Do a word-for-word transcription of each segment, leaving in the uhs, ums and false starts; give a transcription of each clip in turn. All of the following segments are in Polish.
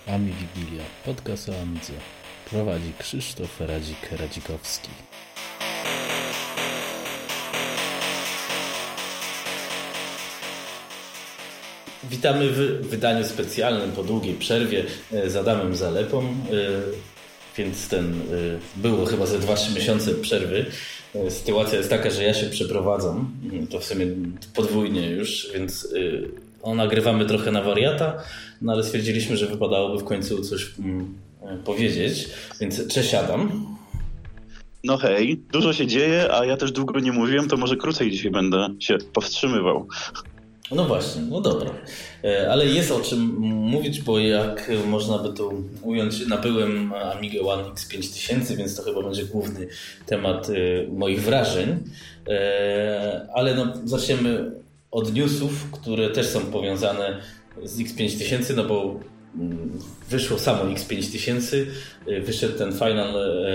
Ami Wigilia, podcast o Amidze. Prowadzi Krzysztof Radzik-Radzikowski. Witamy w wydaniu specjalnym po długiej przerwie z Adamem Zalepą, więc ten było chyba ze dwa trzy miesiące przerwy. Sytuacja jest taka, że ja się przeprowadzam, to w sumie podwójnie już, więc o, nagrywamy trochę na wariata, no ale stwierdziliśmy, że wypadałoby w końcu coś mm, powiedzieć, więc cześć Adam. No hej, dużo się dzieje, a ja też długo nie mówiłem, to może krócej dzisiaj będę się powstrzymywał. No właśnie, no dobra, ale jest o czym mówić, bo jak można by to ująć, nabyłem Amigę One X pięć tysięcy, więc to chyba będzie główny temat moich wrażeń, ale no zaczniemy od newsów, które też są powiązane z X pięć tysięcy, no bo wyszło samo X pięć tysięcy, wyszedł ten Final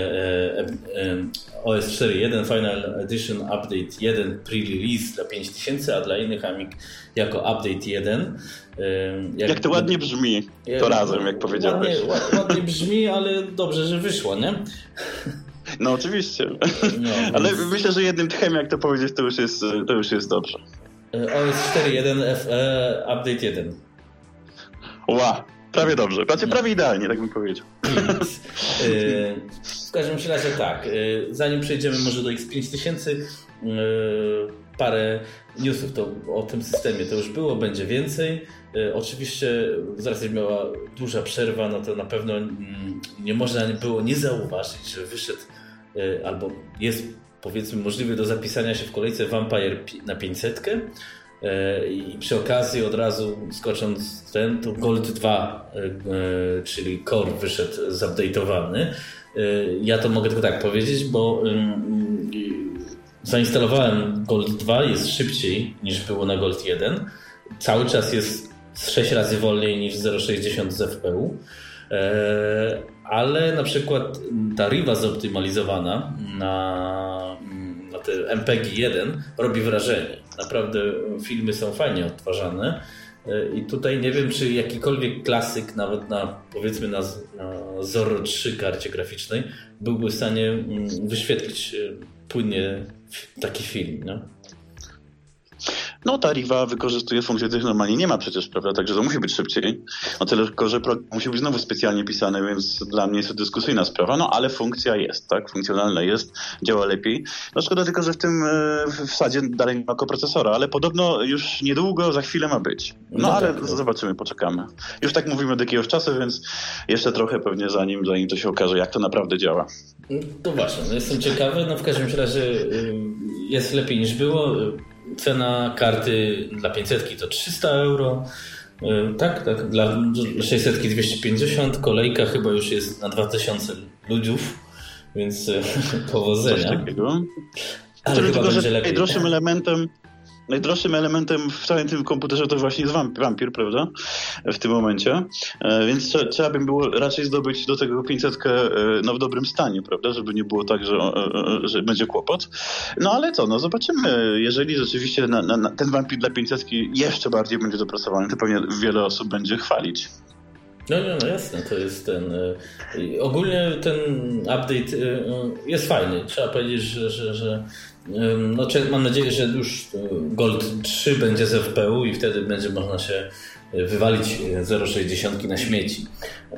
O S cztery jeden Final Edition Update jeden pre-release dla pięć tysięcy, a dla innych Amig jako Update jeden. Jak, jak to ładnie brzmi, to jak, razem, jak powiedziałeś. Ładnie, ładnie brzmi, ale dobrze, że wyszło, nie? No oczywiście, no, ale więc... myślę, że jednym tchem, jak to powiedzieć, to już jest, to już jest dobrze. O S cztery jeden F E Update jeden. Ła, prawie dobrze. Znaczy, prawie idealnie, tak bym powiedział. W każdym razie tak, zanim przejdziemy może do X pięć tysięcy, parę newsów to o tym systemie to już było, będzie więcej. Oczywiście z racji miała duża przerwa, no to na pewno nie można było nie zauważyć, że wyszedł albo jest powiedzmy możliwy do zapisania się w kolejce Vampire na pięćsetkę. I przy okazji od razu skocząc ten, to Gold dwa, czyli Core wyszedł zupdate'owany. Ja to mogę tylko tak powiedzieć, bo zainstalowałem Gold dwa, jest szybciej niż było na Gold jeden. Cały czas jest sześć razy wolniej niż zero przecinek sześćdziesiąt z F P U. Ale na przykład ta Riva zoptymalizowana na, na te M P G jeden robi wrażenie. Naprawdę filmy są fajnie odtwarzane i tutaj nie wiem, czy jakikolwiek klasyk, nawet na powiedzmy na, na Zorro trzy karcie graficznej byłby w stanie wyświetlić płynnie taki film, nie? No ta Riva wykorzystuje funkcje, których normalnie nie ma przecież, prawda? Także to musi być szybciej. O tyle tylko, że program musi być znowu specjalnie pisany, więc dla mnie jest to dyskusyjna sprawa, no ale funkcja jest, tak? Funkcjonalna jest, działa lepiej. No szkoda tylko, że w tym w wsadzie dalej nie ma koprocesora, ale podobno już niedługo, za chwilę ma być. No, no ale tak, zobaczymy, poczekamy. Już tak mówimy od jakiegoś czasu, więc jeszcze trochę pewnie zanim, zanim to się okaże, jak to naprawdę działa. To właśnie, no jestem ciekawy, no w każdym razie jest lepiej niż było. Cena karty dla pięćsetki to trzysta euro. Tak, tak. Dla sześćsetki dwieście pięćdziesiąt. Kolejka chyba już jest na dwa tysiące ludziów, więc powodzenia. Coś takiego. Ale chyba tylko, będzie lepiej. Najdroższym elementem, najdroższym elementem w całym tym komputerze to właśnie jest wampir, prawda? W tym momencie. Więc trzeba, trzeba by było raczej zdobyć do tego pięćsetkę no, w dobrym stanie, prawda? Żeby nie było tak, że, że będzie kłopot. No ale co, no zobaczymy. Jeżeli rzeczywiście na, na, ten wampir dla pięćsetki jeszcze bardziej będzie dopracowany, to pewnie wiele osób będzie chwalić. No, no, no jasne, to jest ten... Y, ogólnie ten update y, jest fajny. Trzeba powiedzieć, że, że, że y, no, mam nadzieję, że już Gold trzy będzie z F P U i wtedy będzie można się wywalić zero przecinek sześćdziesiąt na śmieci.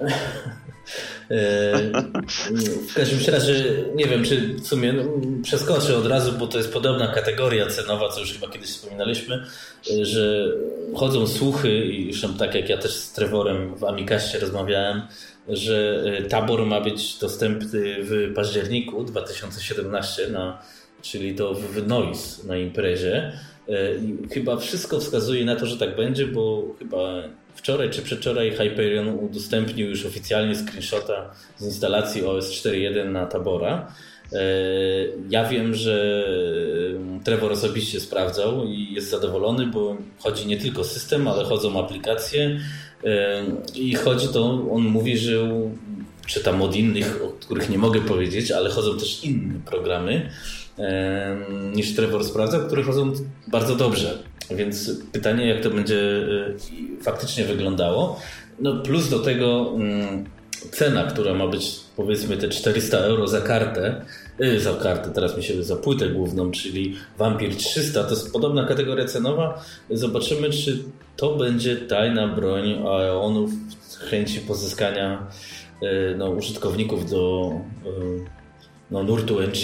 W każdym razie nie wiem, czy w sumie no, przeskoczę od razu, bo to jest podobna kategoria cenowa, co już chyba kiedyś wspominaliśmy, że chodzą słuchy i zresztą tak jak ja też z Trevorem w Amicaście rozmawiałem, że tabor ma być dostępny w październiku dwa tysiące siedemnastym, na, czyli to w Noise na imprezie. I chyba wszystko wskazuje na to, że tak będzie, bo chyba wczoraj czy przedwczoraj Hyperion udostępnił już oficjalnie screenshota z instalacji O S cztery jeden na tabora. Ja wiem, że Trevor osobiście sprawdzał i jest zadowolony, bo chodzi nie tylko system, ale chodzą aplikacje i chodzi to, on mówi, że czytam od innych, o których nie mogę powiedzieć, ale chodzą też inne programy niż Trevor sprawdzał, które chodzą bardzo dobrze. Więc pytanie, jak to będzie faktycznie wyglądało. no plus do tego mm, cena, która ma być powiedzmy te czterysta euro za kartę, yy, za kartę, teraz mi się za płytę główną, czyli Vampir trzysta, to jest podobna kategoria cenowa. Zobaczymy, czy to będzie tajna broń Aeonów z chęci pozyskania yy, no, użytkowników do yy, no, nurtu N G.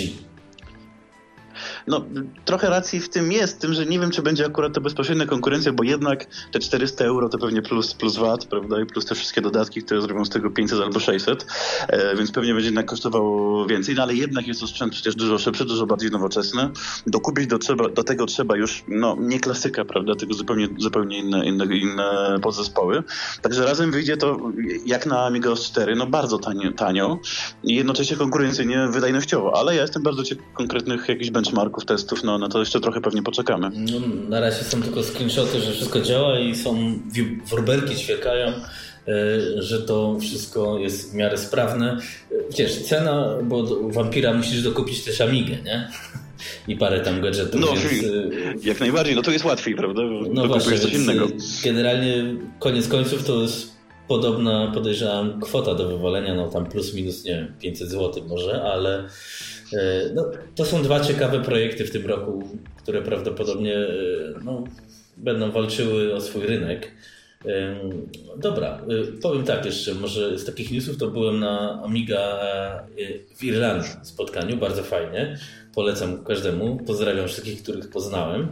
No, trochę racji w tym jest, tym, że nie wiem, czy będzie akurat to bezpośrednia konkurencja, bo jednak te czterysta euro to pewnie plus, plus V A T, prawda, i plus te wszystkie dodatki, które zrobią z tego pięćset albo sześćset, e, więc pewnie będzie jednak kosztowało więcej, no ale jednak jest to sprzęt przecież dużo szybszy, dużo bardziej nowoczesny. Dokupić do, trzeba, do tego trzeba już, no, nie klasyka, prawda, tylko zupełnie, zupełnie inne, inne, inne podzespoły. Także razem wyjdzie to, jak na Amiga O S cztery, no bardzo tanio, tanio i jednocześnie konkurencyjnie, wydajnościowo, ale ja jestem bardzo ciekaw konkretnych jakichś benchmarków, testów, no, no to jeszcze trochę pewnie poczekamy. No, na razie są tylko screenshoty, że wszystko działa i są wróbelki ćwierkają, że to wszystko jest w miarę sprawne. Wiesz, cena, bo do Vampira musisz dokupić też Amigę, nie? I parę tam gadżetów, no, więc... jak najbardziej, no to jest łatwiej, prawda? No właśnie, coś innego. Generalnie koniec końców to jest podobna, podejrzewam, kwota do wywalenia, no tam plus minus, nie wiem, pięćset złotych może, ale no, to są dwa ciekawe projekty w tym roku, które prawdopodobnie no, będą walczyły o swój rynek. Dobra, powiem tak jeszcze, może z takich newsów to byłem na Amiga w Irlandii spotkaniu, bardzo fajnie, polecam każdemu, pozdrawiam wszystkich, których poznałem.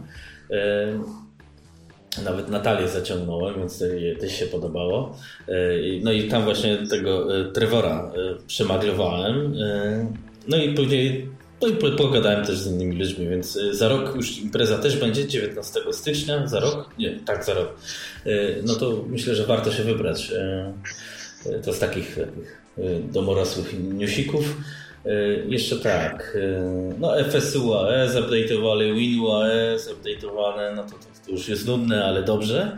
Nawet Natalię zaciągnąłem, więc jej też się podobało. No i tam właśnie tego Trevora przemaglowałem. No i później no i pogadałem też z innymi ludźmi, więc za rok już impreza też będzie, dziewiętnastego stycznia, za rok? Nie, tak, za rok. No to myślę, że warto się wybrać. To z takich, takich domorosłych newsików. Jeszcze tak, no F S U A E zupdate'owali, WinU A E zupdate'owane, no to, to już jest nudne, ale dobrze.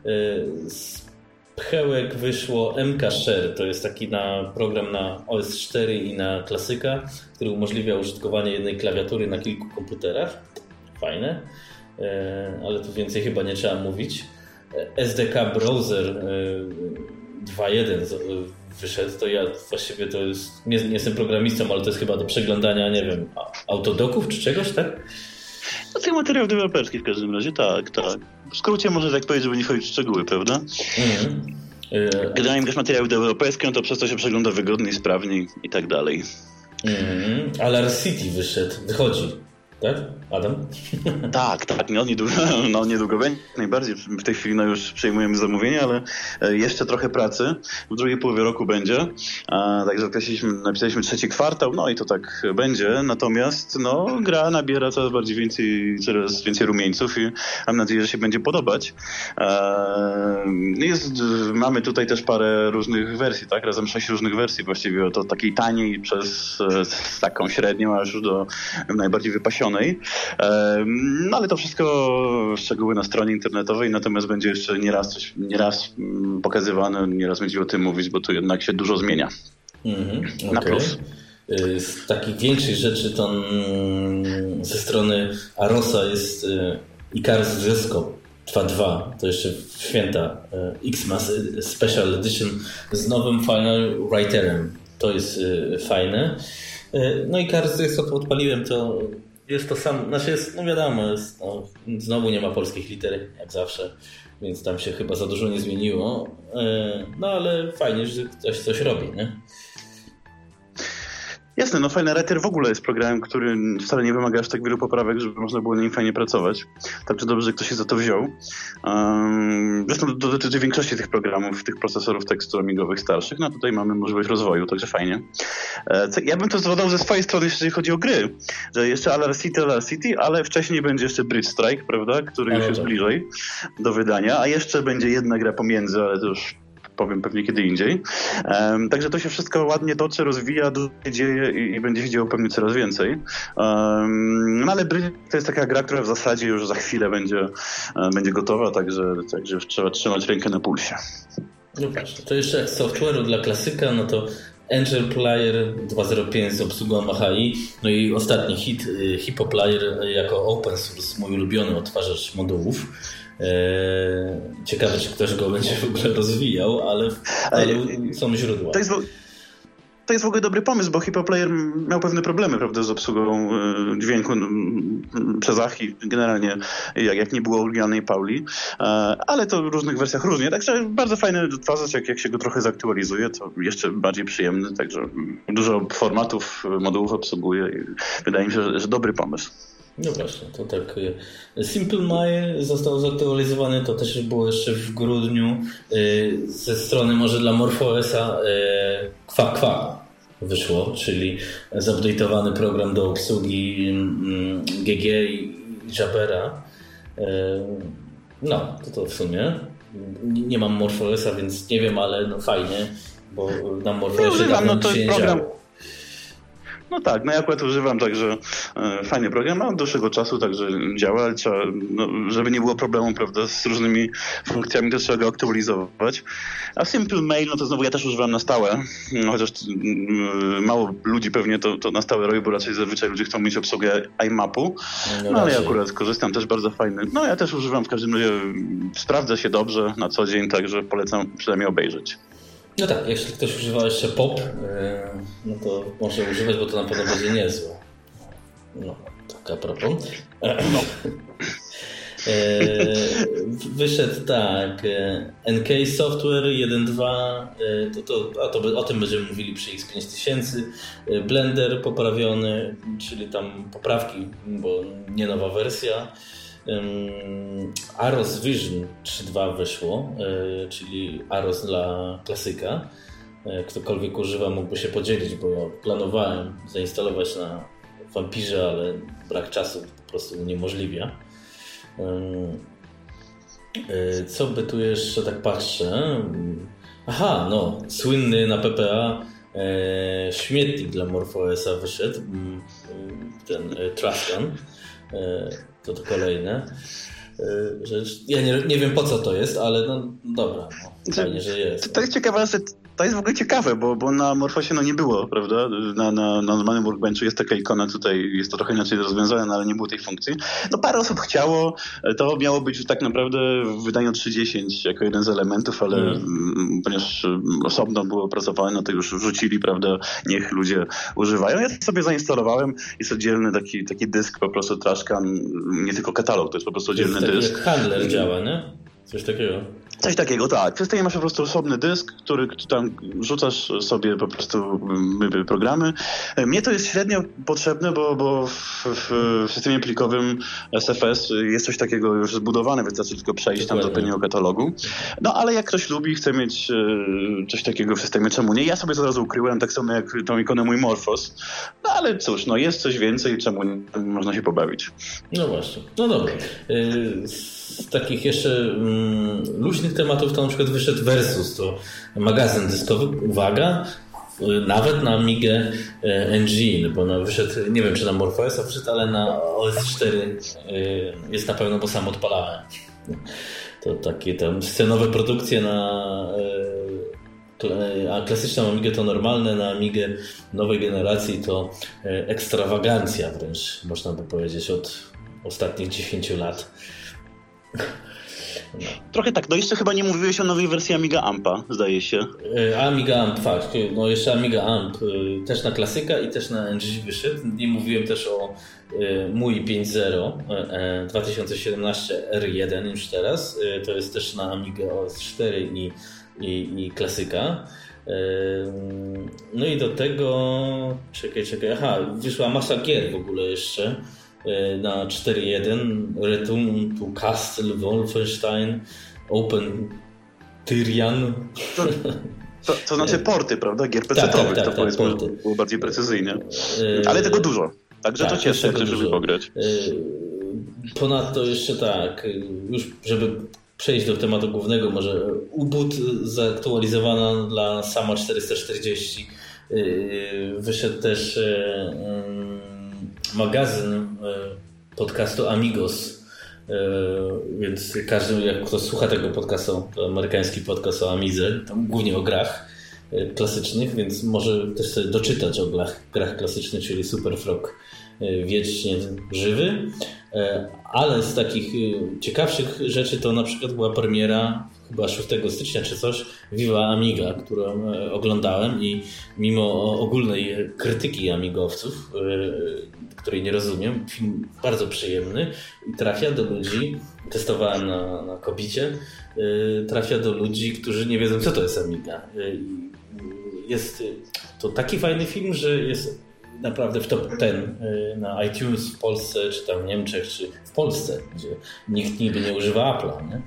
Z pchełek wyszło M K Share, to jest taki na program na O S cztery i na klasyka, który umożliwia użytkowanie jednej klawiatury na kilku komputerach. Fajne, ale tu więcej chyba nie trzeba mówić. S D K Browser dwa jeden wyszedł, to ja właściwie to jest, nie, nie jestem programistą, ale to jest chyba do przeglądania, nie wiem, autodoków czy czegoś, tak? No to materiał deweloperski w każdym razie, tak, tak. W skrócie można tak powiedzieć, żeby nie wchodzić w szczegóły, prawda? Mhm. Generalnie masz materiał deweloperski, no to przez to się przegląda wygodniej, sprawniej i tak dalej. Mhm. Alar City wyszedł, wychodzi. Tak? Adam? Tak, tak, no niedługo, no niedługo będzie. Najbardziej w tej chwili no już przejmujemy zamówienie, ale jeszcze trochę pracy. W drugiej połowie roku będzie. A, także napisaliśmy, napisaliśmy trzeci kwartał, no i to tak będzie. Natomiast no, gra nabiera coraz bardziej więcej, coraz więcej rumieńców i mam nadzieję, że się będzie podobać. A, jest, mamy tutaj też parę różnych wersji, tak? Razem sześć różnych wersji właściwie. Od takiej taniej przez taką średnią, aż już do najbardziej wypasionej. No ale to wszystko szczegóły na stronie internetowej, natomiast będzie jeszcze nieraz coś, nieraz pokazywane, nieraz będzie o tym mówić, bo tu jednak się dużo zmienia. Mm-hmm, na okay. Plus. Z takich większych rzeczy to ze strony Arosa jest Icarus Zescope dwa dwa, to jeszcze święta Xmas Special Edition z nowym Final Writerem. To jest fajne. No i Icarus Zescope odpaliłem, to jest to sam, znaczy jest, no wiadomo, jest, no, znowu nie ma polskich liter, jak zawsze, więc tam się chyba za dużo nie zmieniło, no ale fajnie, że ktoś coś robi, nie? Jasne, no Final Writer w ogóle jest programem, który wcale nie wymaga aż tak wielu poprawek, żeby można było na nim fajnie pracować. Także dobrze, że ktoś się za to wziął. Um, zresztą to dotyczy większości tych programów, tych procesorów tekstu amigowych starszych. No tutaj mamy możliwość rozwoju, także fajnie. E, ja bym to dodał ze swojej strony, jeżeli chodzi o gry, że jeszcze Alar City, Alar City, ale wcześniej będzie jeszcze Bridge Strike, prawda, który już jest bliżej do wydania, a jeszcze będzie jedna gra pomiędzy, ale to już powiem pewnie kiedy indziej. Um, także to się wszystko ładnie toczy, rozwija, dużo się dzieje i, i będzie się działo pewnie coraz więcej. Um, no ale Bridge to jest taka gra, która w zasadzie już za chwilę będzie, um, będzie gotowa, także, także już trzeba trzymać rękę na pulsie. No właśnie, to jeszcze z software'u dla klasyka, no to Angel Player dwa zero pięć z obsługą A H I, no i ostatni hit, Hippo Player jako open source, mój ulubiony odtwarzacz modułów. Ciekawe, czy ktoś go będzie w ogóle rozwijał, ale, ale są źródła. To jest, to jest w ogóle dobry pomysł, bo Hypoplayer miał pewne problemy, prawda, z obsługą dźwięku przez A H I, generalnie jak, jak nie było oryginalnej Pauli, ale to w różnych wersjach różnie, także bardzo fajny odtwarzacz, jak, jak się go trochę zaktualizuje, to jeszcze bardziej przyjemny, także dużo formatów, modułów obsługuje i wydaje mi się, że, że dobry pomysł. No właśnie, to tak. Simple My został zaktualizowany, to też było jeszcze w grudniu. Ze strony może dla MorphOSa Kwa Kwa wyszło, czyli zupdate'owany program do obsługi G G i Jabbera. No, to, to w sumie. Nie mam MorphOSa, więc nie wiem, ale no fajnie, bo na MorphOSie ja no to się nie program. działo. No tak, no ja akurat używam, także e, fajny program, mam dłuższego czasu, także działa, ale trzeba, no, żeby nie było problemu, prawda, z różnymi funkcjami, to trzeba go aktualizować. A Simple Mail, no to znowu ja też używam na stałe, no, chociaż y, mało ludzi pewnie to, to na stałe robi, bo raczej zazwyczaj ludzie chcą mieć obsługę iMapu, no, no ale ja akurat korzystam, też bardzo fajny. No ja też używam, w każdym razie sprawdza się dobrze na co dzień, także polecam przynajmniej obejrzeć. No tak, jeśli ktoś używa jeszcze pop, no to może używać, bo to na pewno będzie niezłe. No, tak a propos. No. Wyszedł tak, N K Software jeden dwa, to, to, a to o tym będziemy mówili przy X pięć tysięcy, Blender poprawiony, czyli tam poprawki, bo nie nowa wersja. Aros Vision trzy dwa wyszło, czyli Aros dla klasyka. Ktokolwiek używa, mógłby się podzielić, bo planowałem zainstalować na Vampirze, ale brak czasu po prostu uniemożliwia. Co by tu jeszcze tak patrzę? Aha, no, słynny na P P A śmietnik dla MorphOSa wyszedł, ten Trashcan. To to kolejne rzecz. Ja nie, nie wiem po co to jest, ale no dobra, no, fajnie, że jest. To jest ciekawe, że to jest w ogóle ciekawe, bo, bo na Morphosie no nie było, prawda? Na, na, na normalnym workbenchu jest taka ikona, tutaj jest to trochę inaczej rozwiązane, no, ale nie było tej funkcji. No parę osób chciało, to miało być tak naprawdę w wydaniu trzy dziesięć jako jeden z elementów, ale mm. ponieważ osobno było opracowane, no to już wrzucili, prawda? Niech ludzie używają. Ja sobie zainstalowałem, jest oddzielny taki, taki dysk, po prostu Trashcan, nie tylko katalog, to jest po prostu oddzielny to jest dysk. Jak handler działa, nie? Coś takiego. Coś takiego, tak. Przez to masz po prostu osobny dysk, który tam rzucasz sobie po prostu programy. Mnie to jest średnio potrzebne, bo, bo w, w systemie plikowym S F S jest coś takiego już zbudowane, wystarczy tylko przejść Dokładnie. tam do pewnego katalogu. No ale jak ktoś lubi, chce mieć coś takiego w systemie, czemu nie? Ja sobie to razu ukryłem, tak samo jak tą ikonę mój Morphos. No ale cóż, no jest coś więcej, czemu nie? Można się pobawić. No właśnie. No dobra. Z takich jeszcze mm, luźnych tematów to na przykład wyszedł Versus, to magazyn dyskowy, uwaga, nawet na Amigę Engine, bo no wyszedł, nie wiem czy na MorphOSa wyszedł, ale na O S cztery jest na pewno, bo sam odpalałem. To takie tam scenowe produkcje na a klasyczną Amigę to normalne, na Amigę nowej generacji to ekstrawagancja wręcz, można by powiedzieć, od ostatnich dziesięciu lat. No. Trochę tak, no jeszcze chyba nie mówiłeś o nowej wersji Amiga Ampa, zdaje się. Amiga Amp, fakt. No jeszcze Amiga Amp też na klasyka i też na N G wyszedł. Nie mówiłem też o mój pięć zero dwa tysiące siedemnaście R jeden już teraz. To jest też na Amigę O S cztery i, i, i klasyka. No i do tego czekaj, czekaj, aha, wyszła masa gier w ogóle jeszcze na cztery jeden, Return to Castle Wolfenstein, Open Tyrian. To, to, to znaczy porty, prawda? Gier pecetowych, tak, tak, tak, to tak, powiedzmy, porty. Było bardziej precyzyjnie. Ale tego dużo. Także tak, to cieszę, jak ktoś lubi pograć. Ponadto jeszcze tak, już żeby przejść do tematu głównego, może Ubud zaktualizowana dla Sama czterysta czterdzieści. Wyszedł też magazyn podcastu Amigos, więc każdy, jak ktoś słucha tego podcastu, to amerykański podcast o Amidze, tam głównie o grach klasycznych, więc może też sobie doczytać o grach, grach klasycznych, czyli Super Frog wiecznie żywy. Ale z takich ciekawszych rzeczy to na przykład była premiera chyba szóstego stycznia czy coś, Viva Amiga, którą oglądałem i mimo ogólnej krytyki amigowców, której nie rozumiem, film bardzo przyjemny i trafia do ludzi, testowałem na, na Kobicie, trafia do ludzi, którzy nie wiedzą, co to jest Amiga. Jest to taki fajny film, że jest naprawdę w top dziesięć na iTunes w Polsce, czy tam w Niemczech, czy w Polsce, gdzie nikt nigdy nie używa Apple'a, nie?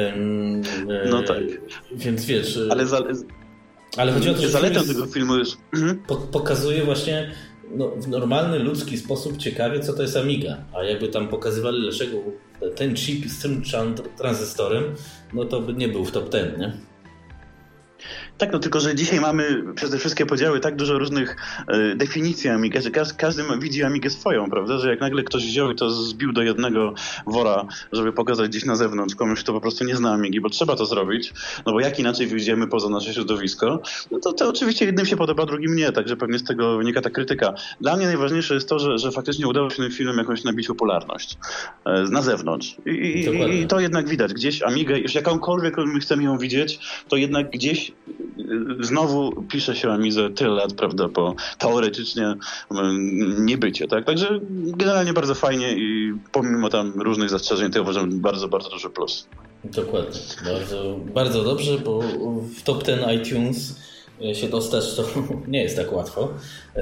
No tak. Więc wiesz... Ale, za, ale chodzi o to, że zaletą tego filmu jest... Po, pokazuje właśnie no, w normalny, ludzki sposób ciekawie, co to jest Amiga. A jakby tam pokazywali, dlaczego ten chip z tym tranzystorem, no to by nie był w top dziesięć, nie? Tak, no tylko, że dzisiaj mamy przez te wszystkie podziały tak dużo różnych e, definicji Amigi, że każdy, każdy widzi Amigę swoją, prawda? Że jak nagle ktoś wziął i to zbił do jednego wora, żeby pokazać gdzieś na zewnątrz komuś, kto po prostu nie zna Amigi, bo trzeba to zrobić, no bo jak inaczej wyjdziemy poza nasze środowisko, no to, to oczywiście jednym się podoba, drugim nie, także pewnie z tego wynika ta krytyka. Dla mnie najważniejsze jest to, że, że faktycznie udało się tym filmem jakąś nabić popularność e, na zewnątrz. I, i, I to jednak widać. Gdzieś Amigę, już jakąkolwiek my chcemy ją widzieć, to jednak gdzieś znowu pisze się o Amidze tyle lat, prawda, po teoretycznie niebycie, tak? Także generalnie bardzo fajnie i pomimo tam różnych zastrzeżeń, to uważam bardzo, bardzo duży plus. Dokładnie. Bardzo, bardzo dobrze, bo w top dziesięć iTunes się dostać to nie jest tak łatwo.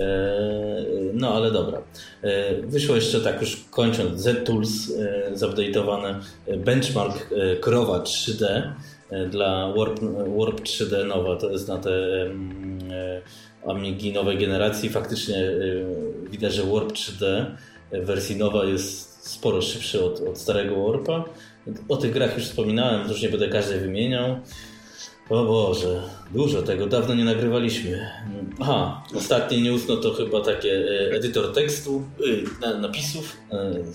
No ale dobra. Wyszło jeszcze tak już kończąc Z-Tools zupdate'owane benchmark krowa trzy D dla Warp, Warp trzy D nowa, to jest na te um, Amigi nowej generacji. Faktycznie y, widać, że Warp trzy D wersji nowa jest sporo szybszy od, od starego Warpa. O tych grach już wspominałem, już nie będę każdej wymieniał. O Boże, dużo tego, dawno nie nagrywaliśmy. Aha, ostatnie news, no to chyba takie edytor tekstu, y, napisów, y,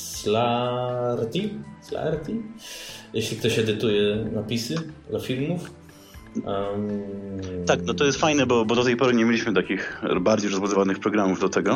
Slarty, Slarty? Jeśli ktoś edytuje napisy dla filmów. Um... Tak, no to jest fajne, bo, bo do tej pory nie mieliśmy takich bardziej rozbudowanych programów do tego.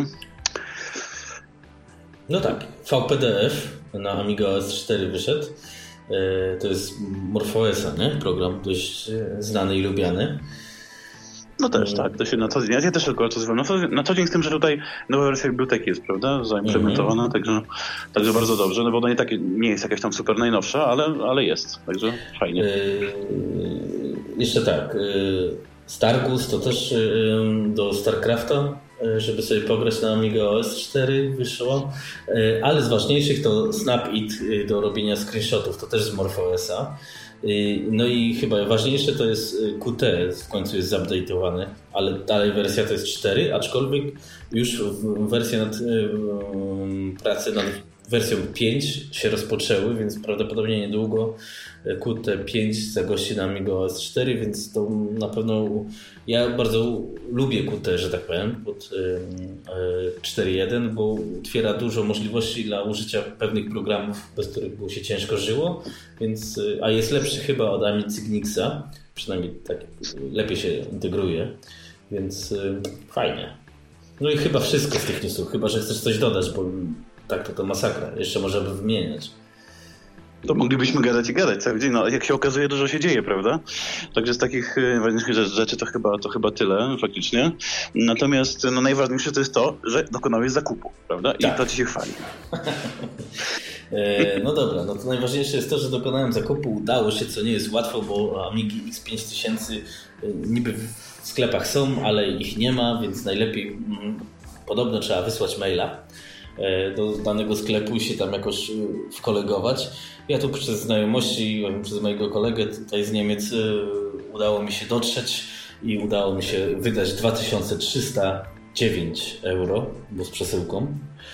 No tak, V P D F na Amiga O S cztery wyszedł. To jest MorphOS-a, nie? Program dość znany i lubiany. No też, tak. To się na co dzień, ja też tylko to zwykle. Na, na co dzień z tym, że tutaj nowa wersja biblioteki jest, prawda? Zaimplementowana, mm-hmm. także, także bardzo dobrze, no bo ona nie, tak, nie jest jakaś tam super najnowsza, ale, ale jest, także fajnie. Yy, jeszcze tak, yy, Stargus to też yy, do StarCrafta, yy, żeby sobie pograć na Amiga O S cztery wyszło, yy, ale z ważniejszych to SnapIt yy, do robienia screenshotów, to też z MorphOS-a. No i chyba ważniejsze to jest Q T, w końcu jest zupdate'owany, ale dalej wersja to jest cztery, aczkolwiek już wersje nad, prace nad wersją pięć się rozpoczęły, więc prawdopodobnie niedługo Q T pięć zagości na Amiga O S cztery, więc to na pewno ja bardzo lubię Q T, że tak powiem, pod cztery jeden, bo otwiera dużo możliwości dla użycia pewnych programów, bez których było się ciężko żyło, więc, a jest lepszy chyba od Amicygnixa, przynajmniej tak lepiej się integruje, więc fajnie. No i chyba wszystko z tych newsów, chyba że chcesz coś dodać, bo tak to to masakra, jeszcze można by wymieniać. To moglibyśmy gadać i gadać cały dzień. No, jak się okazuje, dużo się dzieje, prawda? Także z takich ważniejszych rzeczy to chyba, to chyba tyle faktycznie. Natomiast no, najważniejsze to jest to, że dokonałeś zakupu, prawda? I tak. To ci się chwali. No dobra, no to najważniejsze jest to, że dokonałem zakupu. Udało się, co nie jest łatwo, bo Amigi X pięć tysięcy niby w sklepach są, ale ich nie ma, więc najlepiej mm, podobno trzeba wysłać maila do danego sklepu i się tam jakoś wkolegować. Ja tu przez znajomości, przez mojego kolegę tutaj z Niemiec udało mi się dotrzeć i udało mi się wydać dwa tysiące trzysta dziewięć euro, bo z przesyłką.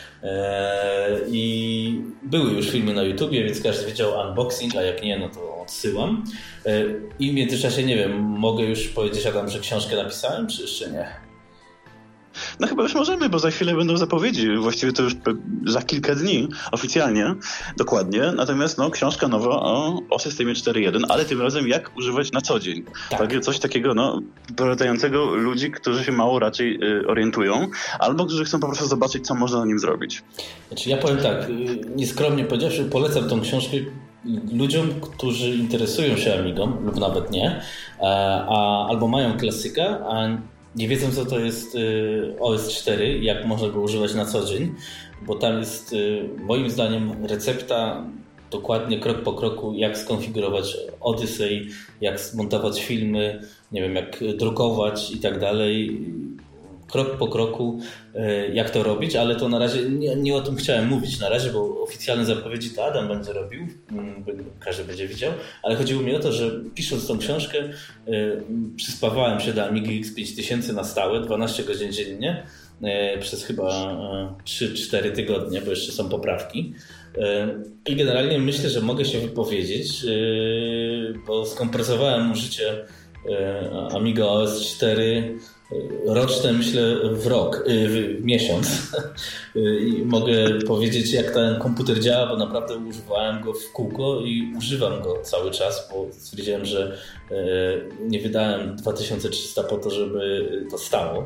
I były już filmy na YouTubie, więc każdy wiedział unboxing, a jak nie, no to odsyłam. I w międzyczasie, nie wiem, mogę już powiedzieć, Adam, że książkę napisałem, czy jeszcze nie? No chyba już możemy, bo za chwilę będą zapowiedzi. Właściwie to już za kilka dni oficjalnie, dokładnie. Natomiast no, książka nowa o, o systemie cztery jeden, ale tym razem jak używać na co dzień. Tak. Tak, coś takiego no, poradzającego ludzi, którzy się mało raczej y, orientują, albo którzy chcą po prostu zobaczyć, co można na nim zrobić. Znaczy ja powiem tak, nieskromnie powiedziawszy, polecam tą książkę ludziom, którzy interesują się Amigą lub nawet nie, a, albo mają klasyka, a nie wiedzą, co to jest O S cztery, jak można go używać na co dzień, bo tam jest moim zdaniem recepta dokładnie krok po kroku, jak skonfigurować Odyssey, jak zmontować filmy, nie wiem, jak drukować i tak dalej. Krok po kroku, jak to robić, ale to na razie nie, nie o tym chciałem mówić na razie, bo oficjalne zapowiedzi to Adam będzie robił, każdy będzie widział, ale chodziło mi o to, że pisząc tą książkę przyspawałem się do Amigi X pięć tysięcy na stałe, dwanaście godzin dziennie, przez chyba trzy cztery tygodnie, bo jeszcze są poprawki. I generalnie myślę, że mogę się wypowiedzieć, bo skompresowałem życie Amiga O S cztery roczne, myślę, w rok, w miesiąc. I mogę powiedzieć, jak ten komputer działa, bo naprawdę używałem go w kółko i używam go cały czas, bo stwierdziłem, że nie wydałem dwa tysiące trzysta po to, żeby to stało.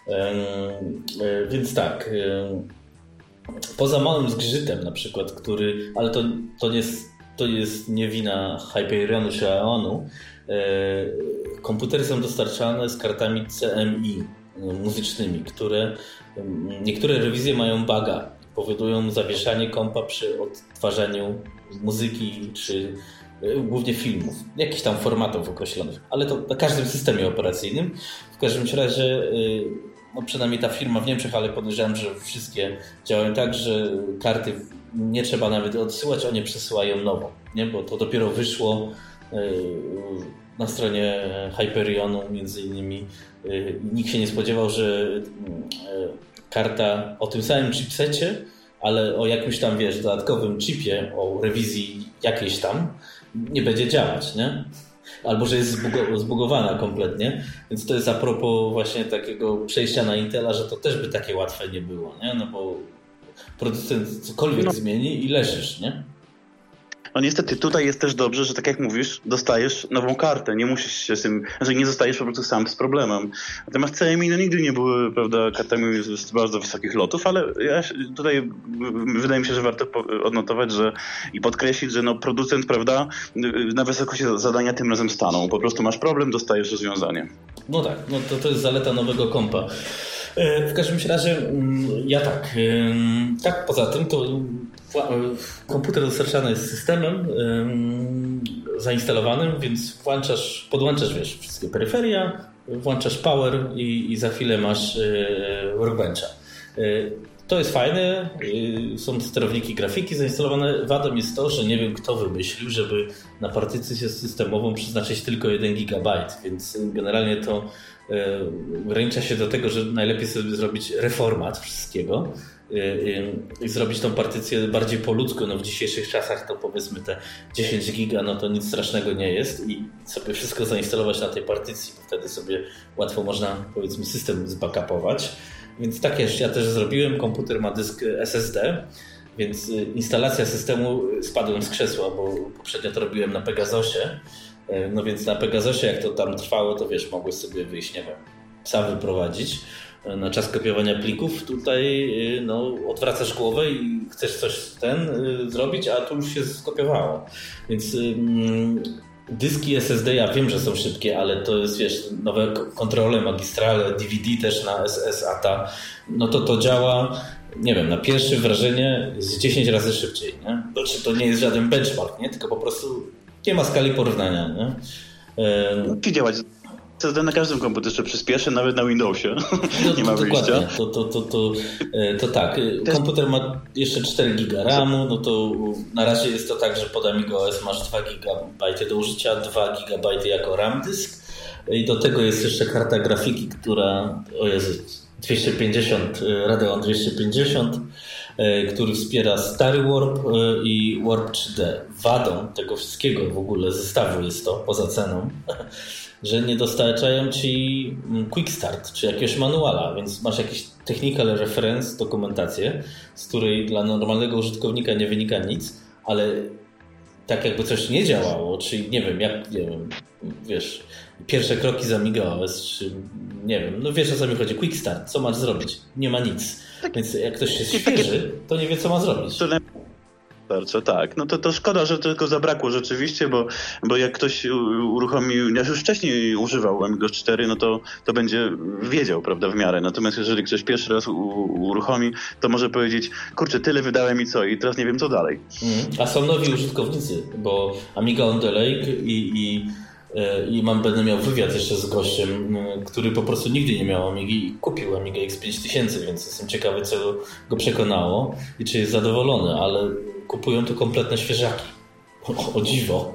Więc tak, poza małym zgrzytem na przykład, który, ale to, to, nie, jest, to jest nie wina Hyperionu czy Aeonu, komputery są dostarczane z kartami C M I muzycznymi, które niektóre rewizje mają buga, powodują zawieszanie kompa przy odtwarzaniu muzyki czy głównie filmów, jakichś tam formatów określonych, ale to na każdym systemie operacyjnym. W każdym razie, no przynajmniej ta firma w Niemczech, ale podejrzewam, że wszystkie działają tak, że karty nie trzeba nawet odsyłać, one przesyłają nowo, nie? Bo to dopiero wyszło na stronie Hyperionu między innymi. Nikt się nie spodziewał, że karta o tym samym chipsecie, ale o jakimś tam, wiesz, dodatkowym chipie, o rewizji jakiejś tam, nie będzie działać, nie? Albo że jest zbugowana kompletnie. Więc to jest a propos właśnie takiego przejścia na Intela, że to też by takie łatwe nie było, nie? No bo producent cokolwiek no. zmieni i leżysz, nie? No niestety tutaj jest też dobrze, że tak jak mówisz, dostajesz nową kartę, nie musisz się z tym, że nie zostajesz po prostu sam z problemem. Natomiast C M I no nigdy nie były, prawda, kartami z bardzo wysokich lotów, ale ja tutaj wydaje mi się, że warto odnotować, że i podkreślić, że no producent, prawda, na wysokości zadania tym razem stanął. Po prostu masz problem, dostajesz rozwiązanie. No tak, no to, to jest zaleta nowego kompa. W każdym razie ja tak, tak poza tym to komputer dostarczany jest systemem zainstalowanym, więc włączasz, podłączasz, wiesz, wszystkie peryferia, włączasz power i, i za chwilę masz workbencha. To jest fajne, są sterowniki grafiki zainstalowane. Wadą jest to, że nie wiem kto wymyślił, żeby na partycję systemową przeznaczyć tylko jeden gigabajt, więc generalnie to ogranicza się do tego, że najlepiej sobie zrobić reformat wszystkiego i zrobić tą partycję bardziej po ludzku. No w dzisiejszych czasach to powiedzmy te dziesięć giga, no to nic strasznego nie jest i sobie wszystko zainstalować na tej partycji, bo wtedy sobie łatwo można, powiedzmy, system zbackupować. Więc tak ja też zrobiłem. Komputer ma dysk S S D, więc instalacja systemu, spadłem z krzesła, bo poprzednio to robiłem na Pegasosie. No więc na Pegasosie, jak to tam trwało, to wiesz, mogłeś sobie wyjść, nie wiem, psa wyprowadzić. Na czas kopiowania plików tutaj no, odwracasz głowę i chcesz coś ten zrobić, a tu już się skopiowało. Więc mm, dyski S S D ja wiem, że są szybkie, ale to jest, wiesz, nowe kontrole, magistrale, D V D też na S S A T A. No to to działa, nie wiem, na pierwsze wrażenie z dziesięć razy szybciej, nie? Znaczy, to nie jest żaden benchmark, nie? Tylko po prostu nie ma skali porównania, nie? Musi działać. S S D na każdym komputerze przyspieszy, nawet na Windowsie. No, nie ma wyjścia. To, to, to, to, to tak. Komputer ma jeszcze cztery giga ramu, no to na razie jest to tak, że pod Amiga O S masz dwa gigabajty do użycia, dwa gigabajty jako RAM dysk i do tego jest jeszcze karta grafiki, która, o Jezu, dwieście pięćdziesiąt, Radeon dwieście pięćdziesiąt, który wspiera stary Warp i Warp trzy D. Wadą tego wszystkiego w ogóle zestawu jest to, poza ceną, że nie dostarczają ci Quick Start czy jakiegoś manuala, więc masz jakieś technical reference, dokumentację, z której dla normalnego użytkownika nie wynika nic, ale tak jakby coś nie działało, czyli nie wiem, jak, nie wiem, wiesz, pierwsze kroki z Amiga O S, czy nie wiem, no wiesz o co mi chodzi, quick start, co masz zrobić? Nie ma nic. Więc jak ktoś się świeży, to nie wie co ma zrobić. Bardzo, tak. No to, to szkoda, że tylko zabrakło rzeczywiście, bo, bo jak ktoś uruchomił, ja już wcześniej używał Amiga cztery, no to, to będzie wiedział, prawda, w miarę. Natomiast jeżeli ktoś pierwszy raz u, uruchomi, to może powiedzieć, kurczę, tyle wydałem i co? I teraz nie wiem, co dalej. Mm. A są nowi użytkownicy, bo Amiga on the Lake i, i, i mam, będę miał wywiad jeszcze z gościem, który po prostu nigdy nie miał Amigi i kupił Amiga X pięć tysięcy, więc jestem ciekawy, co go przekonało i czy jest zadowolony, ale kupują to kompletne świeżaki. O, o dziwo.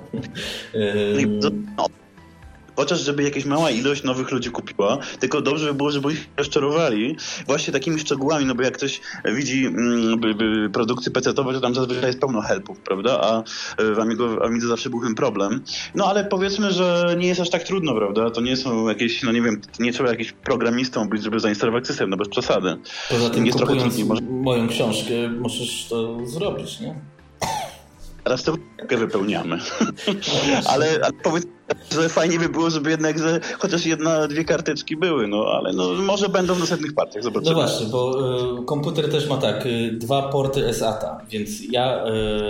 No, chociaż żeby jakaś mała ilość nowych ludzi kupiła, tylko dobrze by było, żeby ich rozczarowali właśnie takimi szczegółami, no bo jak ktoś widzi mm, by, by produkcje pecetowe, to tam zazwyczaj jest pełno helpów, prawda? A w Amigo, Amidze zawsze był ten problem. No ale powiedzmy, że nie jest aż tak trudno, prawda? To nie są jakieś, no nie wiem, nie trzeba jakiś programistą być, żeby zainstalować system, no bez przesady. Poza tym jest kupując trochę trudniej, moją książkę możesz to zrobić, nie? Teraz to wypełniamy. ale, ale powiedz, że fajnie by było, żeby jednak że chociaż jedna, dwie karteczki były, no ale no, może będą w następnych partiach, zobaczymy. No właśnie, bo y, komputer też ma tak, y, dwa porty S A T A, więc ja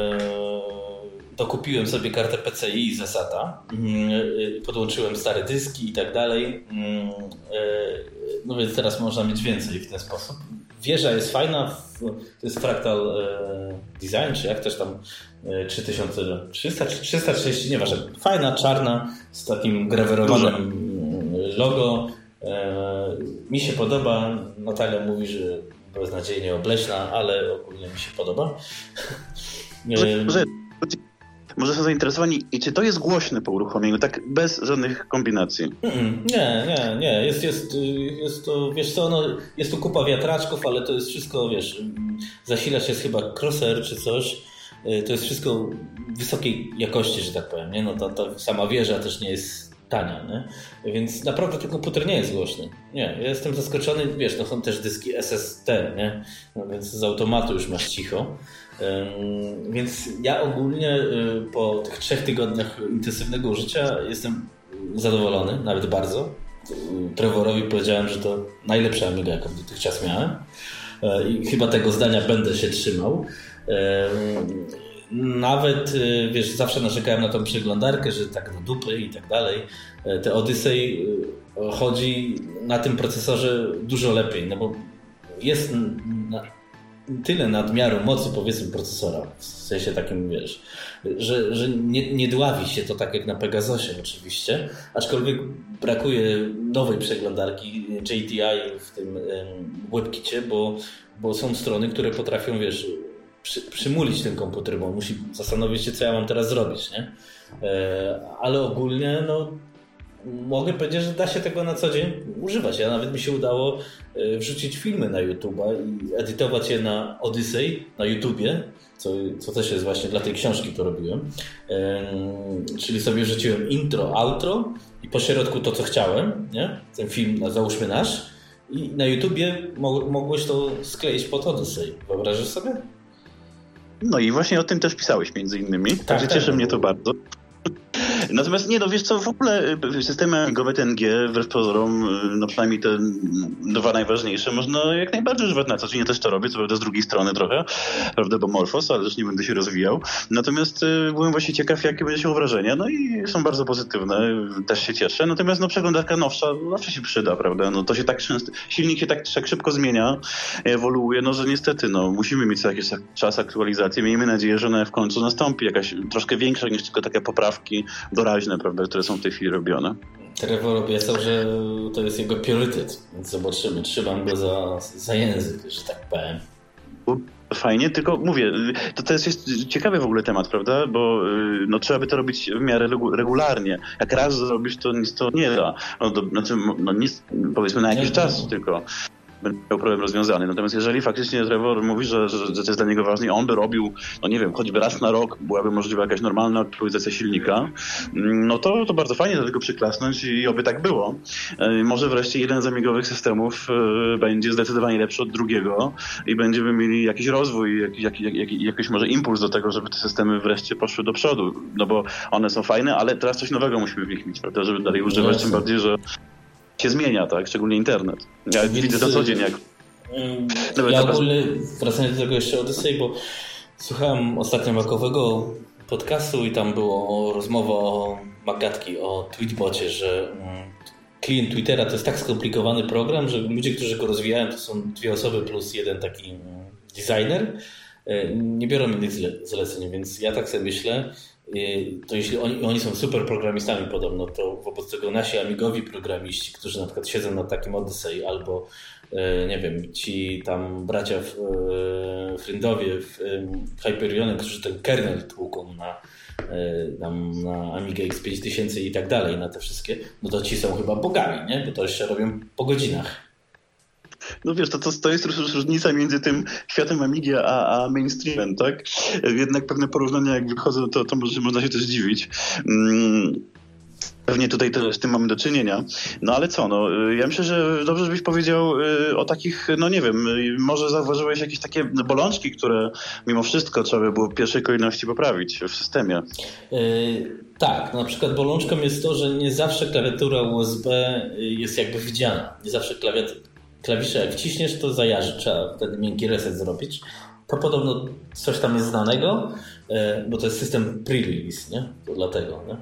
y, dokupiłem sobie kartę P C I z S A T A, y, podłączyłem stare dyski i tak dalej, y, y, no więc teraz można mieć więcej w ten sposób. Wieża jest fajna, to jest Fractal Design, czy jak też tam trzy tysiące trzysta czy trzysta trzydzieści, nieważne. Fajna, czarna, z takim grawerowanym logo. Mi się podoba. Natalia mówi, że beznadziejnie obleśna, ale ogólnie mi się podoba. Może, może są zainteresowani, i czy to jest głośne po uruchomieniu, tak bez żadnych kombinacji? Mm-mm. Nie, nie, nie. Jest, jest, jest to, wiesz co, no, jest tu kupa wiatraczków, ale to jest wszystko, wiesz, zasilacz jest chyba Crosser czy coś. To jest wszystko wysokiej jakości, że tak powiem, nie? No ta, ta sama wieża też nie jest tania, nie? Więc naprawdę ten komputer nie jest głośny. Nie, ja jestem zaskoczony, wiesz, no są też dyski S S T, nie? No więc z automatu już masz cicho. Um, więc ja ogólnie y, po tych trzech tygodniach intensywnego użycia jestem zadowolony, nawet bardzo. Trevorowi powiedziałem, że to najlepsza Amiga, jaką dotychczas miałem. Y, I chyba tego zdania będę się trzymał. Nawet, wiesz, zawsze narzekałem na tą przeglądarkę, że tak do dupy i tak dalej. Te Odyssey chodzi na tym procesorze dużo lepiej, no bo jest na tyle nadmiaru mocy, powiedzmy, procesora, w sensie takim, wiesz, że, że nie, nie dławi się to tak jak na Pegasusie oczywiście, aczkolwiek brakuje nowej przeglądarki J T I w tym WebKicie, bo, bo są strony, które potrafią, wiesz, przy, przymulić ten komputer, bo on musi zastanowić się, co ja mam teraz zrobić, nie? E, ale ogólnie, no, mogę powiedzieć, że da się tego na co dzień używać. Ja nawet mi się udało wrzucić filmy na YouTube'a i edytować je na Odyssey, na YouTubie, co, co też jest właśnie dla tej książki, to robiłem. Ehm, czyli sobie wrzuciłem intro, outro i po środku to, co chciałem, nie? Ten film, no, załóżmy nasz, i na YouTubie mo- mogłeś to skleić pod Odyssey. Wyobrażasz sobie? No i właśnie o tym też pisałeś między innymi, tak, także cieszy tak, mnie to bardzo. Natomiast nie, no wiesz co, w ogóle systemy amigowe T N G, wbrew pozorom, no przynajmniej te dwa najważniejsze, można jak najbardziej używać na co dzień. Ja też to robię, co prawda z drugiej strony trochę, prawda, bo Morphos, ale też nie będę się rozwijał. Natomiast y, byłem właśnie ciekaw, jakie będą wrażenia, no i są bardzo pozytywne, też się cieszę. Natomiast no przeglądarka nowsza zawsze się przyda, prawda, no to się tak często, silnik się tak, tak szybko zmienia, ewoluuje, no że niestety, no musimy mieć jakiś czas aktualizacji. Miejmy nadzieję, że ona w końcu nastąpi, jakaś troszkę większa niż tylko takie poprawki doraźne, prawda, które są w tej chwili robione. Trevor obiecał, że to jest jego priorytet, więc zobaczymy. Trzymam go za, za język, że tak powiem. Fajnie, tylko mówię, to, to jest, jest ciekawy w ogóle temat, prawda, bo no, trzeba by to robić w miarę regularnie. Jak raz zrobisz, to nic to nie da. No, do, znaczy, no, nic, powiedzmy na jakiś nie, czas no. tylko. będzie miał problem rozwiązany. Natomiast jeżeli faktycznie Trevor mówi, że, że, że to jest dla niego ważne i on by robił, no nie wiem, choćby raz na rok byłaby możliwa jakaś normalna aktualizacja silnika, no to, to bardzo fajnie do tego przyklasnąć i oby tak było. Może wreszcie jeden z amigowych systemów będzie zdecydowanie lepszy od drugiego i będziemy mieli jakiś rozwój, jakiś, jakiś, jakiś, jakiś może impuls do tego, żeby te systemy wreszcie poszły do przodu, no bo one są fajne, ale teraz coś nowego musimy w nich mieć, prawda, żeby dalej używać, tym bardziej, że się zmienia, tak, szczególnie internet. Ja Więc, widzę to co dzień, jak... Dobra, ja ogólnie, wracając do tego jeszcze Odyssey, bo słuchałem ostatnio makowego podcastu i tam było rozmowa o Magatki, o Tweetbocie, że klient Twittera to jest tak skomplikowany program, że ludzie, którzy go rozwijają, to są dwie osoby plus jeden taki designer, nie biorą innych zaleceń, więc ja tak sobie myślę, to jeśli oni, oni są super programistami podobno, to wobec tego nasi amigowi programiści, którzy na przykład siedzą na takim Odyssey albo nie wiem, ci tam bracia w Frindowie w Hyperionie, którzy ten kernel tłuką na, tam na Amiga X pięć tysięcy i tak dalej, na te wszystkie, no to ci są chyba bogami, nie? Bo to jeszcze robią po godzinach. No wiesz, to, to, to jest różnica między tym światem Amigi a, a mainstreamem, tak? Jednak pewne porównania jak wychodzą, to, to może, można się też dziwić. Mm. Pewnie tutaj to, z tym mamy do czynienia. No ale co, no ja myślę, że dobrze żebyś powiedział o takich, no nie wiem, może zauważyłeś jakieś takie bolączki, które mimo wszystko trzeba by było w pierwszej kolejności poprawić w systemie. Yy, tak, na przykład bolączką jest to, że nie zawsze klawiatura U S B jest jakby widziana. Nie zawsze klawiatura, klawisze jak wciśniesz, to zajarzy. Trzeba wtedy miękki reset zrobić. To podobno coś tam jest znanego, bo to jest system pre-release, nie? To dlatego, nie?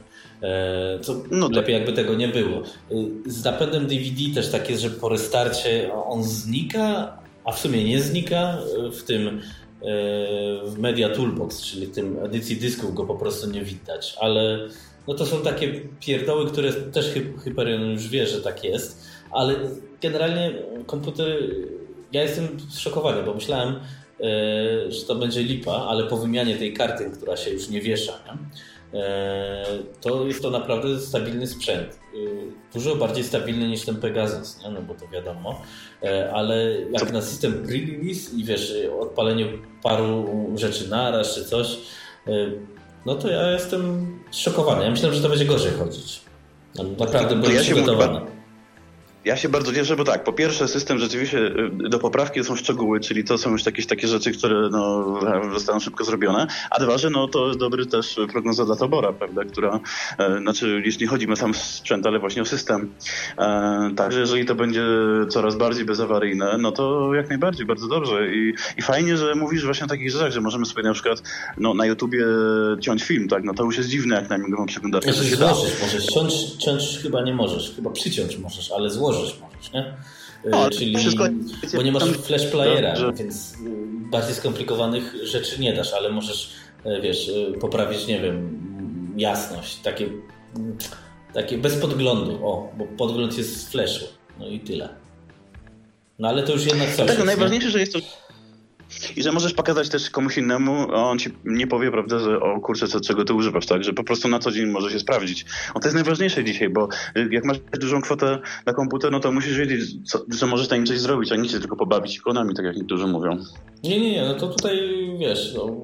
Co no tak. Lepiej jakby tego nie było. Z napędem D V D też tak jest, że po restarcie on znika, a w sumie nie znika w tym w Media Toolbox, czyli w tym edycji dysków go po prostu nie widać, ale no to są takie pierdoły, które też Hyperion już wie, że tak jest, ale generalnie komputery, ja jestem zszokowany, bo myślałem, że to będzie lipa, ale po wymianie tej karty, która się już nie wiesza, nie? To jest to naprawdę stabilny sprzęt. Dużo bardziej stabilny niż ten Pegasus, nie? No bo to wiadomo. Ale jak na system pre-release i wiesz, odpalenie paru rzeczy naraz czy coś, no to ja jestem zszokowany. Ja myślałem, że to będzie gorzej chodzić. Naprawdę byłem przygotowany. Ja się bardzo cieszę, bo tak, po pierwsze system rzeczywiście do poprawki są szczegóły, czyli to są już jakieś takie rzeczy, które no, zostaną szybko zrobione, a dwa, że no, to jest dobry też prognoza dla Tobora, prawda, która, e, znaczy już nie chodzi o sam sprzęt, ale właśnie o system. E, także jeżeli to będzie coraz bardziej bezawaryjne, no to jak najbardziej, bardzo dobrze i, i fajnie, że mówisz właśnie o takich rzeczach, że możemy sobie na przykład no, na YouTubie ciąć film, tak, no to już jest dziwne, jak na migową przeglądarkę. Ja się złożyć możesz, ciąć, ciąć chyba nie możesz, chyba przyciąć możesz, ale złożyć możesz, nie? No, czyli, bo nie masz flash playera, że... więc bardziej skomplikowanych rzeczy nie dasz, ale możesz, wiesz, poprawić, nie wiem, jasność, takie, takie bez podglądu, o, bo podgląd jest w flashu, no i tyle. No ale to już jednak coś. Tak, no najważniejsze, że jest to i że możesz pokazać też komuś innemu, a on ci nie powie, prawda, że o kurczę, co, czego ty używasz, tak, że po prostu na co dzień może się sprawdzić. O, to jest najważniejsze dzisiaj, bo jak masz dużą kwotę na komputer, no to musisz wiedzieć, co, że możesz na nim coś zrobić, a nie się tylko pobawić ikonami, tak jak niektórzy mówią. Nie, nie, nie, no to tutaj wiesz, no,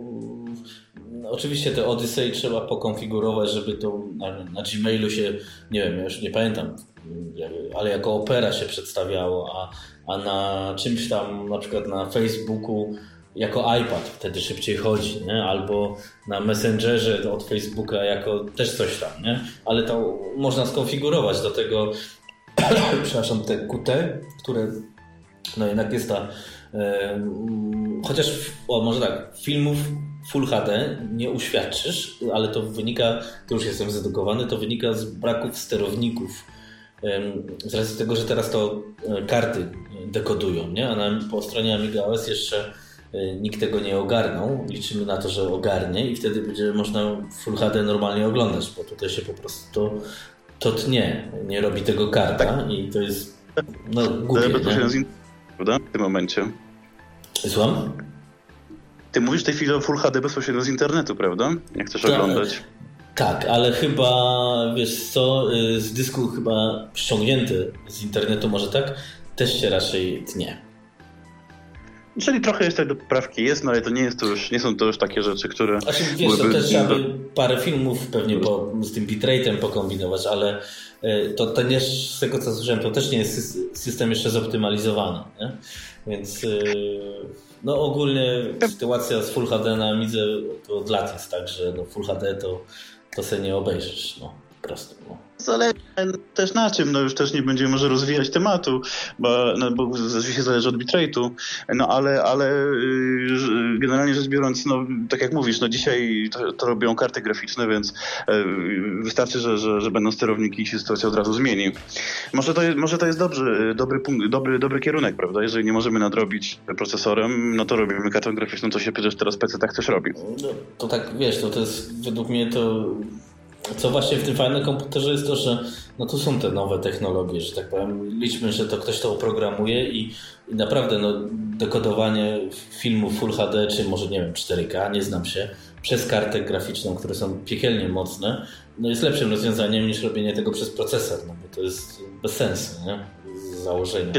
no, oczywiście te Odyssey trzeba pokonfigurować, żeby to na, na Gmailu się, nie wiem, ja już nie pamiętam, ale jako Opera się przedstawiało, a, a na czymś tam, na przykład na Facebooku jako iPad wtedy szybciej chodzi, nie? Albo na Messengerze od Facebooka jako też coś tam, nie? Ale to można skonfigurować do tego, przepraszam, te Q T, które no jednak jest ta, e, chociaż, o może tak, filmów Full H D nie uświadczysz, ale to wynika, to już jestem zedukowany, to wynika z braków sterowników. Z racji tego, że teraz to karty dekodują, nie? A na, po stronie Amiga O S jeszcze nikt tego nie ogarnął. Liczymy na to, że ogarnie i wtedy będzie można Full H D normalnie oglądać, bo tutaj się po prostu to, to tnie. Nie robi tego karta tak. I to jest no głupie, nie? Prawda? W tym momencie. Słucham? Ty mówisz w tej chwili o Full H D bezpośrednio z internetu, prawda? Jak chcesz tak. oglądać. Tak, ale chyba, wiesz co, z dysku chyba ściągnięty z internetu, może tak, też się raczej tnie. Czyli trochę jeszcze do poprawki jest, no ale to nie jest to już, nie są to już takie rzeczy, które... Znaczy, wiesz, to też trzeba by parę filmów pewnie po, z tym bitrate'em pokombinować, ale to, to nie, z tego co słyszałem, to też nie jest system jeszcze zoptymalizowany, nie? Więc no ogólnie sytuacja z Full H D na Amidze to od lat jest tak, że no Full H D to, to sobie nie obejrzysz, no po prostu. No. Zależy też na czym, no już też nie będziemy może rozwijać tematu, bo, no, bo oczywiście zależy od bitrate'u, no ale, ale yy, generalnie rzecz biorąc, no tak jak mówisz, no dzisiaj to, to robią karty graficzne, więc yy, wystarczy, że, że, że będą sterowniki i się sytuacja od razu zmieni. Może to jest, może to jest dobry, dobry, punkt, dobry, dobry kierunek, prawda? Jeżeli nie możemy nadrobić procesorem, no to robimy kartę graficzną, co się przecież teraz w P C tak też robi. No, to tak, wiesz, to, to jest według mnie to... Co właśnie w tym fajnym komputerze jest to, że no tu są te nowe technologie, że tak powiem, liczmy, że to ktoś to oprogramuje i, i naprawdę no, dekodowanie filmu Full H D, czy może nie wiem, cztery K, nie znam się, przez kartę graficzną, które są piekielnie mocne, no jest lepszym rozwiązaniem niż robienie tego przez procesor, no bo to jest bez sensu, nie? Z założenia.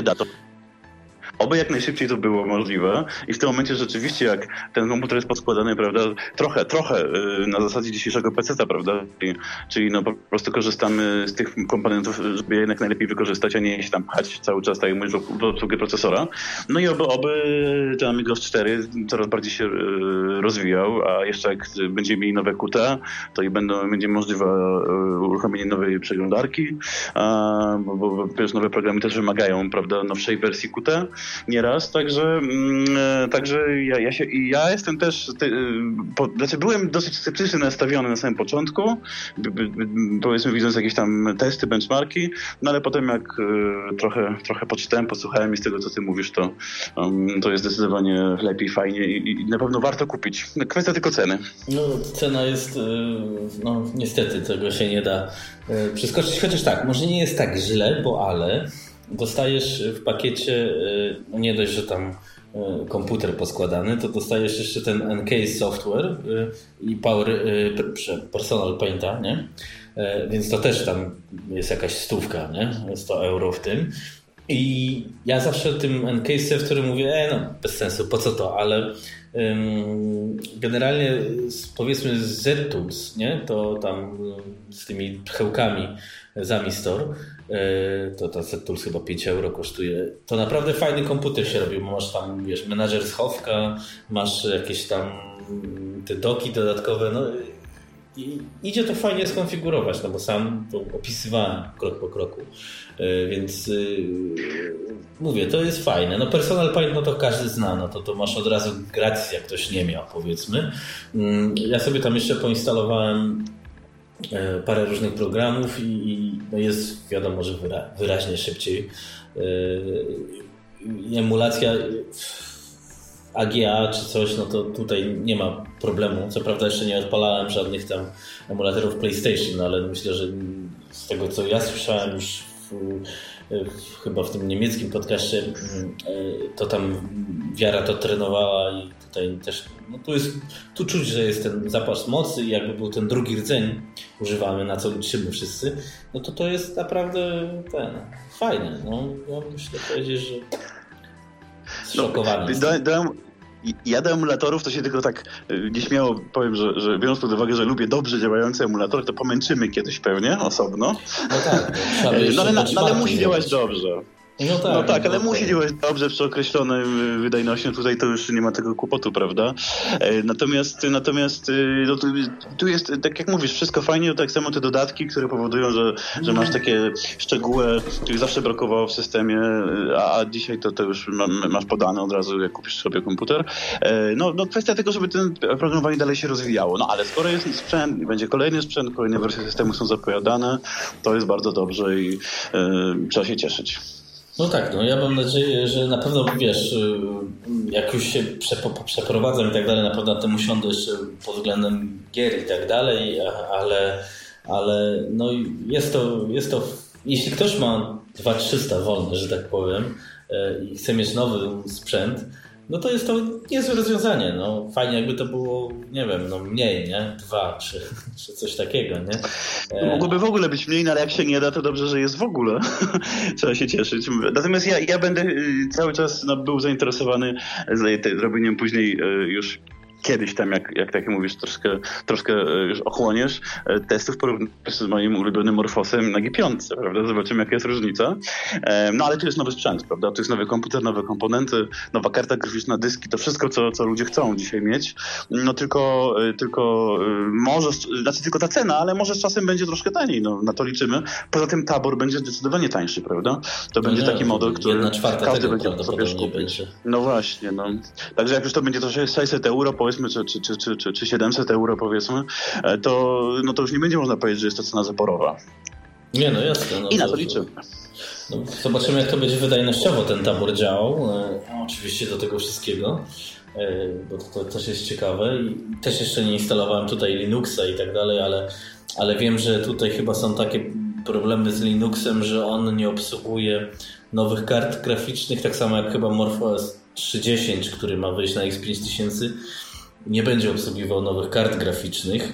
Oby jak najszybciej to było możliwe i w tym momencie rzeczywiście jak ten komputer jest podskładany, prawda, trochę, trochę na zasadzie dzisiejszego peceta, prawda, czyli, czyli no po prostu korzystamy z tych komponentów, żeby je jednak najlepiej wykorzystać, a nie się tam pchać cały czas, tak jak mówisz, do obsługi procesora. No i oby, oby ten Amigos cztery coraz bardziej się rozwijał, a jeszcze jak będziemy mieli nowe Q T, to i będą, będzie możliwe uruchomienie nowej przeglądarki, bo, bo, bo wiesz, nowe programy też wymagają, prawda, nowszej wersji Q T. Nieraz, także, mm, także ja, ja, się, ja jestem też, ty, po, znaczy byłem dosyć sceptycznie nastawiony na samym początku, b, b, b, powiedzmy widząc jakieś tam testy, benchmarki, no ale potem jak y, trochę, trochę poczytałem, posłuchałem i z tego co ty mówisz, to, um, to jest zdecydowanie lepiej, fajnie i, i na pewno warto kupić. Kwestia tylko ceny. No cena jest, no niestety tego się nie da przeskoczyć, chociaż tak, może nie jest tak źle, bo ale dostajesz w pakiecie, no nie dość, że tam komputer poskładany, to dostajesz jeszcze ten Encase Software i Power Personal Painta, nie? Więc to też tam jest jakaś stówka, nie? sto euro w tym. I ja zawsze tym Encase Software mówię, e, no bez sensu, po co to, ale ym, generalnie z, powiedzmy z Z-Tools, nie? To tam z tymi pchełkami Zamistor, to ta Z-Tools chyba pięć euro kosztuje. To naprawdę fajny komputer się robił. Masz tam, wiesz, menadżer schowka, masz jakieś tam te doki dodatkowe, no i idzie to fajnie skonfigurować, no bo sam to opisywałem krok po kroku, więc mówię, to jest fajne. No Personal Paint, no to każdy zna, no to, to masz od razu gratis, jak ktoś nie miał, powiedzmy. Ja sobie tam jeszcze poinstalowałem parę różnych programów i, i no jest wiadomo, że wyra, wyraźnie szybciej. Yy, emulacja A G A czy coś, no to tutaj nie ma problemu. Co prawda jeszcze nie odpalałem żadnych tam emulatorów PlayStation, no ale myślę, że z tego co ja słyszałem już w, w, chyba w tym niemieckim podcaście, yy, to tam wiara to trenowała i tutaj też, no tu jest, tu czuć, że jest ten zapas mocy i jakby był ten drugi rdzeń używamy, na co liczymy wszyscy, no to to jest naprawdę ten, fajne. No, ja myślę powiedzieć, że zszokowany. No, dałem, ja do emulatorów to się tylko tak nieśmiało powiem, że, że biorąc pod uwagę, że lubię dobrze działające emulatory, to pomęczymy kiedyś pewnie, osobno. No tak. No, no, ale, no, ale musi działać dobrze. No tak, no tak, ale no musi tak. działać dobrze przy określonej wydajnością. Tutaj to już nie ma tego kłopotu, prawda? Natomiast natomiast no, tu, tu jest, tak jak mówisz, wszystko fajnie, tak samo te dodatki, które powodują, że, że masz takie szczegóły, których zawsze brakowało w systemie, a, a dzisiaj to, to już ma, masz podane od razu, jak kupisz sobie komputer. No, no kwestia tego, żeby ten oprogramowanie dalej się rozwijało. No ale skoro jest sprzęt i będzie kolejny sprzęt, kolejne wersje systemu są zapowiadane, to jest bardzo dobrze i e, trzeba się cieszyć. No tak, no ja mam nadzieję, że na pewno, wiesz, jak już się przeprowadzam i tak dalej, na pewno na tym usiądę jeszcze pod względem gier i tak dalej, ale, ale no jest to, jest to, jeśli ktoś ma dwa tysiące trzysta wolne, że tak powiem, i chce mieć nowy sprzęt, no to jest to niezłe rozwiązanie. No, fajnie jakby to było, nie wiem, no mniej, nie? Dwa, czy, czy coś takiego, nie? E... Mogłoby w ogóle być mniej, no ale jak się nie da, to dobrze, że jest w ogóle. Trzeba się cieszyć. Natomiast ja, ja będę cały czas no, był zainteresowany robieniem później już kiedyś tam, jak, jak tak mówisz, troszkę, troszkę już ochłoniesz, testów porównania z moim ulubionym Morphosem na G pięć, prawda? Zobaczymy, jaka jest różnica. No ale tu jest nowy sprzęt, prawda? Tu jest nowy komputer, nowe komponenty, nowa karta graficzna, dyski, to wszystko, co, co ludzie chcą dzisiaj mieć. No tylko, tylko może, znaczy tylko ta cena, ale może z czasem będzie troszkę taniej, no na to liczymy. Poza tym Tabor będzie zdecydowanie tańszy, prawda? To no będzie nie, taki model, który jedna czwarta każdy tego będzie sobie kupić. Będzie. No właśnie, no. Także jak już to będzie to sześćset euro, powiedzmy, czy, czy, czy, czy, czy, czy siedemset euro powiedzmy, to, no to już nie będzie można powiedzieć, że jest to cena zaporowa. Nie, no jasne. No I na to to, liczymy. No, zobaczymy, jak to będzie wydajnościowo ten Tabor działał. No, oczywiście do tego wszystkiego, bo to, to też jest ciekawe. I też jeszcze nie instalowałem tutaj Linuxa i tak dalej, ale, ale wiem, że tutaj chyba są takie problemy z Linuxem, że on nie obsługuje nowych kart graficznych, tak samo jak chyba Morphos trzysta dziesięć, który ma wyjść na X pięć tysięcy, nie będzie obsługiwał nowych kart graficznych.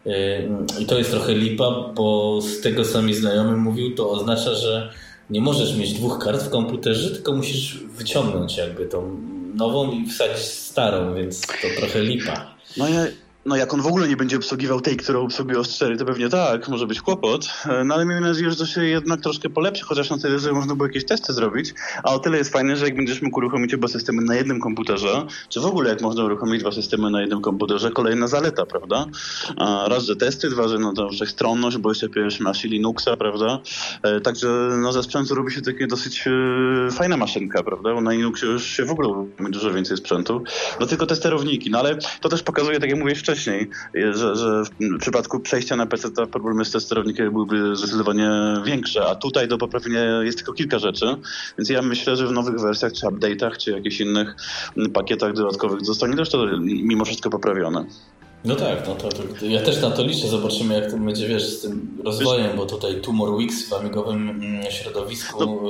I to jest trochę lipa, bo z tego, co mi znajomy mówił, to oznacza, że nie możesz mieć dwóch kart w komputerze, tylko musisz wyciągnąć jakby tą nową i wsadzić starą, więc to trochę lipa. No ja... No jak on w ogóle nie będzie obsługiwał tej, którą obsługuje O S cztery, to pewnie tak, może być kłopot. No ale miejmy nadzieję, że to się jednak troszkę polepszy, chociaż na tyle, że można było jakieś testy zrobić. A o tyle jest fajne, że jak będziesz mógł uruchomić oba systemy na jednym komputerze, czy w ogóle jak można uruchomić dwa systemy na jednym komputerze, kolejna zaleta, prawda? Raz, że testy, dwa, że no to wszechstronność, bo jeszcze przecież masz i Linuxa, prawda? Także no ze sprzętu robi się takie dosyć fajna maszynka, prawda? Bo na Linuxie już się w ogóle robi dużo więcej sprzętu. No tylko te sterowniki. No ale to też pokazuje, tak jak mówię wcześniej, wcześniej, że, że w przypadku przejścia na P C to problemy z sterownikiem byłyby zdecydowanie większe, a tutaj do poprawienia jest tylko kilka rzeczy, więc ja myślę, że w nowych wersjach, czy update'ach, czy jakichś innych pakietach dodatkowych zostanie też to mimo wszystko poprawione. No tak, no to, to ja też na to liczę, zobaczymy, jak to będzie, wiesz, z tym rozwojem, bo tutaj Tumor Weeks w amigowym środowisku no.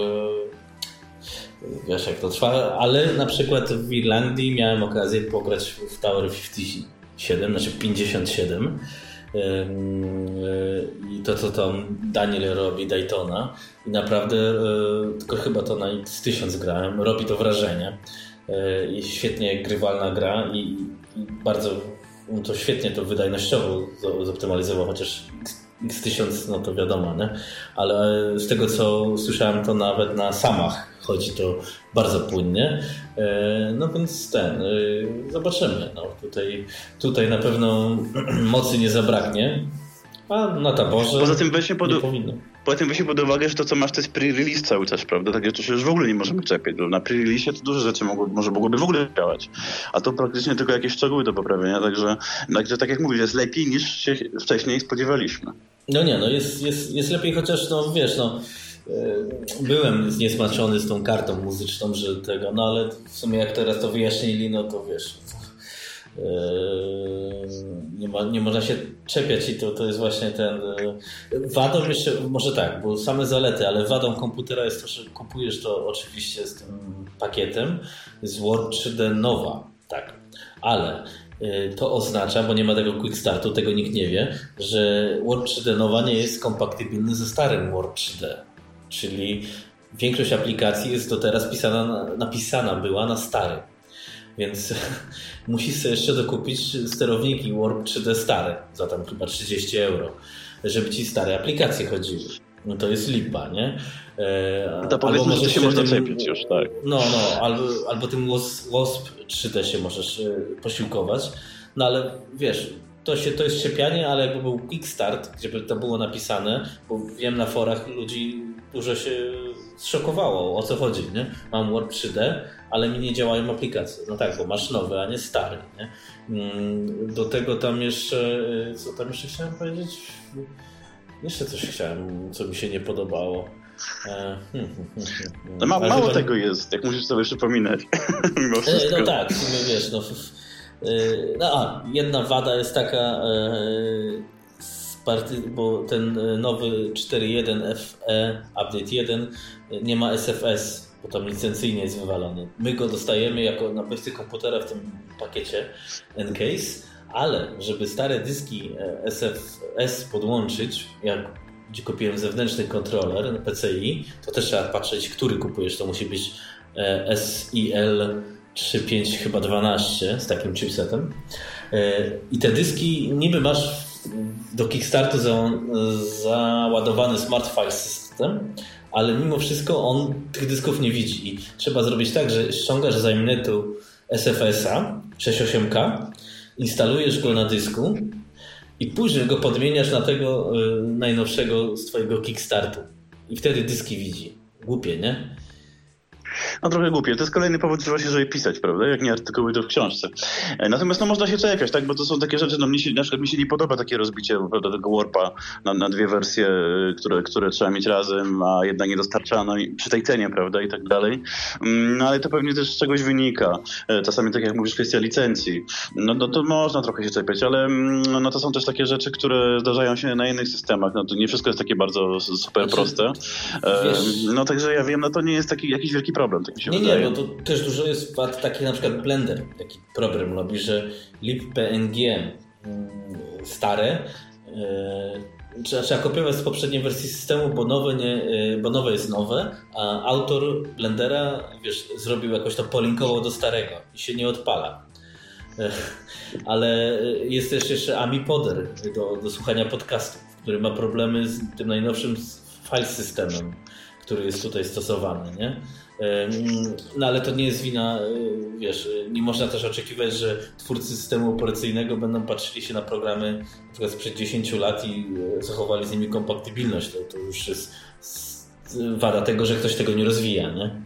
Wiesz, jak to trwa, ale na przykład w Irlandii miałem okazję pograć w Tower pięćdziesiąt siedem, znaczy pięćdziesiąt siedem i to, co tam Daniel robi, Daytona, i naprawdę, tylko chyba to na X tysiąc grałem, robi to wrażenie. Jest świetnie grywalna gra i, i bardzo no to świetnie to wydajnościowo zoptymalizował, chociaż X tysiąc, no to wiadomo, nie? Ale z tego, co słyszałem, to nawet na samach chodzi to bardzo płynnie. No więc ten, zobaczymy. No, tutaj, tutaj na pewno mocy nie zabraknie, a na Taborze Poza tym weźmy pod... nie powinno. Poza tym weźmy pod uwagę, że to, co masz, to jest pre-release cały czas, prawda? Także to się już w ogóle nie możemy czepiać. Na pre-release to duże rzeczy mogło, może mogłoby w ogóle działać. A to praktycznie tylko jakieś szczegóły do poprawienia. Także, także tak jak mówisz, jest lepiej niż się wcześniej spodziewaliśmy. No nie, no jest, jest, jest lepiej, chociaż no wiesz, no byłem zniesmaczony z tą kartą muzyczną, że tego, no ale w sumie jak teraz to wyjaśnili, no to wiesz, nie, ma, nie można się czepiać i to, to jest właśnie ten wadą jeszcze, może tak, bo same zalety, ale wadą komputera jest to, że kupujesz to oczywiście z tym pakietem z Word trzy D Nova, tak, ale to oznacza, bo nie ma tego quick startu, tego nikt nie wie, że Word trzy D Nova nie jest kompatybilny ze starym Word trzy D. Czyli większość aplikacji jest do teraz pisana, napisana była na stary. Więc musisz sobie jeszcze dokupić sterowniki Word trzy D stare za tam chyba trzydzieści euro, żeby ci stare aplikacje chodziły. No to jest lipa, nie? E, to powiedzmy, że się można czepić już, tak. No, no, albo, albo tym W O S P trzy D się możesz posiłkować. No ale wiesz, to, się, to jest czepianie, ale jakby był quick start, gdzie by to było napisane, bo wiem, na forach ludzi dużo się zszokowało, o co chodzi, nie? Mam Word trzy D, ale mi nie działają aplikacje. No tak, bo masz nowe, a nie stare, nie? Do tego tam jeszcze, co tam jeszcze chciałem powiedzieć? Jeszcze coś chciałem, co mi się nie podobało. No, ma, mało chyba... tego jest, jak musisz sobie przypominać. Mimo wszystko. No tak, w sumie wiesz, no... No, a, jedna wada jest taka, bo ten nowy cztery jeden F E Update jeden nie ma S F S bo tam licencyjnie jest wywalony. My go dostajemy jako nabywcy komputera w tym pakiecie N-Case, ale żeby stare dyski S F S podłączyć, jak gdzie kupiłem zewnętrzny kontroler P C I, to też trzeba patrzeć, który kupujesz. To musi być S I L trzy pięć chyba dwanaście z takim chipsetem. I te dyski niby masz do Kickstartu za, załadowany Smart File System, ale mimo wszystko on tych dysków nie widzi. I trzeba zrobić tak, że ściągasz z iMnetu S F S-a sześć osiem K, instalujesz go na dysku i później go podmieniasz na tego y, najnowszego z twojego Kickstartu. I wtedy dyski widzi. Głupie, nie? No trochę głupie. To jest kolejny powód, że właśnie, żeby pisać, prawda? Jak nie artykuły, to w książce. Natomiast no można się czepiać, tak? Bo to są takie rzeczy, no mnie się, na przykład mi się nie podoba takie rozbicie, prawda, tego Warpa na, na dwie wersje, które, które trzeba mieć razem, a jedna nie dostarczana przy tej cenie, prawda? I tak dalej. No ale to pewnie też z czegoś wynika. Czasami, tak jak mówisz, kwestia licencji. No, no to można trochę się czepiać, ale no to są też takie rzeczy, które zdarzają się na innych systemach. No to nie wszystko jest takie bardzo super znaczy, proste. Wiesz... No także ja wiem, no to nie jest taki jakiś wielki problem. Tak mi się nie, wydaje. nie, bo to też dużo jest wad, taki na przykład Blender, taki problem robi, że libpng stare yy, trzeba, trzeba kopiować z poprzedniej wersji systemu, bo nowe, nie, yy, bo nowe jest nowe, a autor Blendera, wiesz, zrobił jakoś to polinkował do starego i się nie odpala. Yy, ale jest też jeszcze AmiPoder do, do słuchania podcastów, który ma problemy z tym najnowszym file systemem, który jest tutaj stosowany, nie? No ale to nie jest wina, wiesz, nie można też oczekiwać, że twórcy systemu operacyjnego będą patrzyli się na programy na przykład sprzed dziesięciu lat i zachowali z nimi kompatybilność. To, to już jest wada tego, że ktoś tego nie rozwija, nie?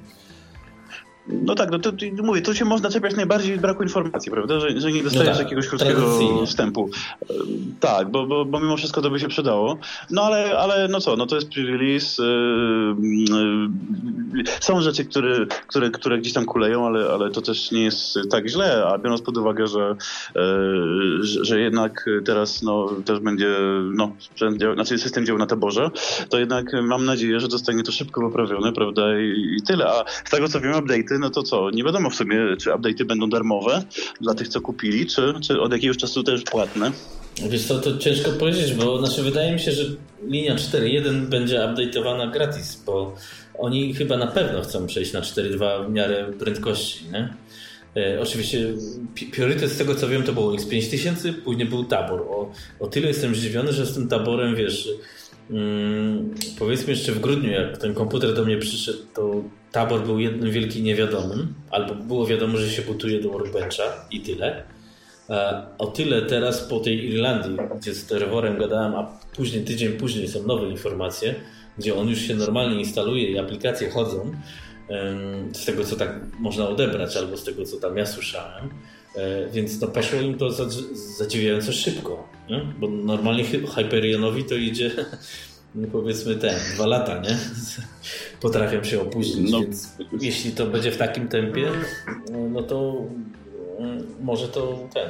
No tak, no to, to mówię, tu się można czepiać najbardziej braku informacji, prawda, że, że nie dostajesz no tak, jakiegoś krótkiego wstępu. Tak, bo, bo, bo mimo wszystko to by się przydało. No ale, ale no co, no to jest pre-release. Yy, yy, są rzeczy, które, które, które gdzieś tam kuleją, ale, ale to też nie jest tak źle, a biorąc pod uwagę, że, yy, że, że jednak teraz no, też będzie, no, sprzęt dział, znaczy system dział na taborze, to jednak mam nadzieję, że zostanie to szybko poprawione, prawda, i, i tyle. A z tego co wiem, update'y, no to co, nie wiadomo w sumie, czy update'y będą darmowe dla tych, co kupili, czy, czy od jakiegoś czasu też płatne. Wiesz co, to ciężko powiedzieć, bo znaczy wydaje mi się, że linia cztery jeden będzie update'owana gratis, bo oni chyba na pewno chcą przejść na cztery dwa w miarę prędkości, nie? E, oczywiście priorytet z tego co wiem to było X pięć tysięcy, później był tabor. O, o tyle jestem zdziwiony, że z tym taborem, wiesz, hmm, powiedzmy jeszcze w grudniu, jak ten komputer do mnie przyszedł, to tabor był jednym wielkim niewiadomym, albo było wiadomo, że się butuje do Workbencha i tyle. O tyle teraz po tej Irlandii, gdzie z Trevorem gadałem, a później, tydzień później są nowe informacje, gdzie on już się normalnie instaluje i aplikacje chodzą, z tego co tak można odebrać, albo z tego co tam ja słyszałem, więc no poszło im to zadziwiająco szybko, nie? Bo normalnie Hyperionowi to idzie no powiedzmy ten, dwa lata, nie? Potrafią się opóźnić, no. Więc jeśli to będzie w takim tempie, no to może to ten...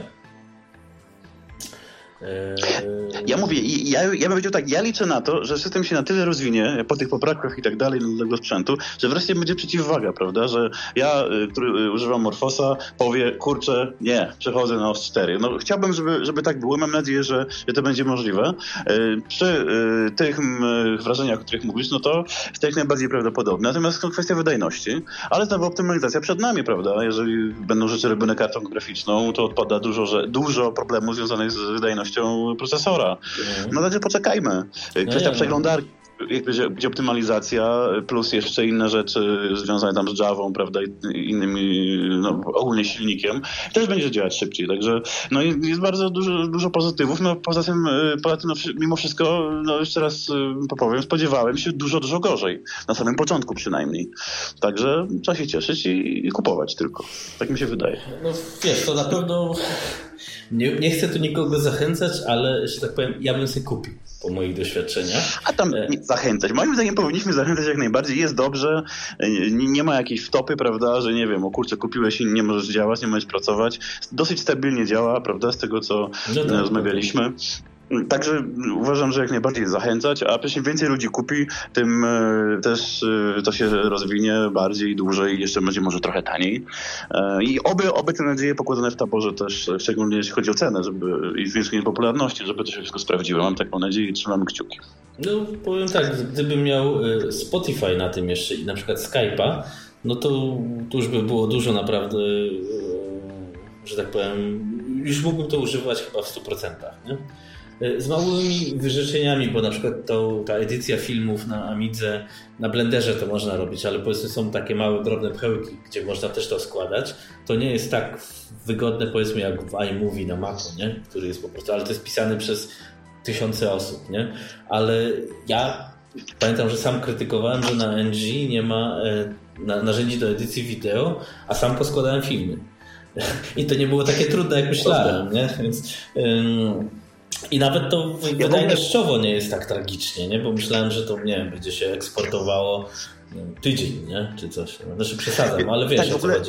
Ja mówię, ja, ja bym powiedział tak, ja liczę na to, że system się na tyle rozwinie po tych poprawkach i tak dalej do tego sprzętu, że wreszcie będzie przeciwwaga, prawda, że ja, który używam Morphosa, powie, kurczę, nie, przechodzę na O S cztery. No chciałbym, żeby, żeby tak było, mam nadzieję, że, że to będzie możliwe. Przy tych wrażeniach, o których mówisz, no to jest to jak najbardziej prawdopodobne. Natomiast to kwestia wydajności, ale znowu optymalizacja przed nami, prawda, jeżeli będą rzeczy robione kartą graficzną, to odpada dużo, że, dużo problemów związanych z wydajnością procesora. No także poczekajmy. Kwestia no przeglądarki, jak będzie optymalizacja, plus jeszcze inne rzeczy związane tam z Javą, prawda, i innymi, no, ogólnie silnikiem, też będzie działać szybciej. Także no jest bardzo dużo, dużo pozytywów. No poza tym, poza tym no, mimo wszystko, no jeszcze raz powiem, spodziewałem się dużo, dużo gorzej. Na samym początku przynajmniej. Także trzeba się cieszyć i, i kupować tylko. Tak mi się wydaje. No wiesz, to na pewno nie, nie chcę tu nikogo zachęcać, ale, że tak powiem, ja bym sobie kupił po moich doświadczeniach. A tam nie zachęcać. Moim zdaniem powinniśmy zachęcać jak najbardziej. Jest dobrze. Nie, nie ma jakiejś wtopy, prawda, że nie wiem, o kurczę, kupiłeś i nie możesz działać, nie możesz pracować. Dosyć stabilnie działa, prawda, z tego co no tak, rozmawialiśmy. Także uważam, że jak najbardziej zachęcać, a im więcej ludzi kupi, tym też to się rozwinie bardziej, dłużej, jeszcze będzie może trochę taniej. I oby, oby te nadzieje pokładane w taborze też, szczególnie jeśli chodzi o cenę, żeby i zwiększenie popularności, żeby to się wszystko sprawdziło. Mam taką nadzieję i trzymam kciuki. No powiem tak, gdybym miał Spotify na tym jeszcze i na przykład Skype'a, no to, to już by było dużo naprawdę, że tak powiem, już mógłbym to używać chyba w stu procentach, nie? Z małymi wyrzeczeniami, bo na przykład to, ta edycja filmów na Amidze, na Blenderze to można robić, ale powiedzmy są takie małe, drobne pchełki, gdzie można też to składać. To nie jest tak wygodne powiedzmy jak w iMovie na Macu, nie? Który jest po prostu, ale to jest pisany przez tysiące osób, nie? Ale ja pamiętam, że sam krytykowałem, że na N G nie ma e, na, narzędzi do edycji wideo, a sam poskładałem filmy. I to nie było takie trudne, jak myślałem, nie? Więc... Ym, I nawet to ja wydajnościowo nie jest tak tragicznie, nie? Bo myślałem, że to nie wiem, będzie się eksportowało nie wiem, tydzień, nie? Czy coś. Znaczy przesadzam, ale wiesz tak, o co chodzi.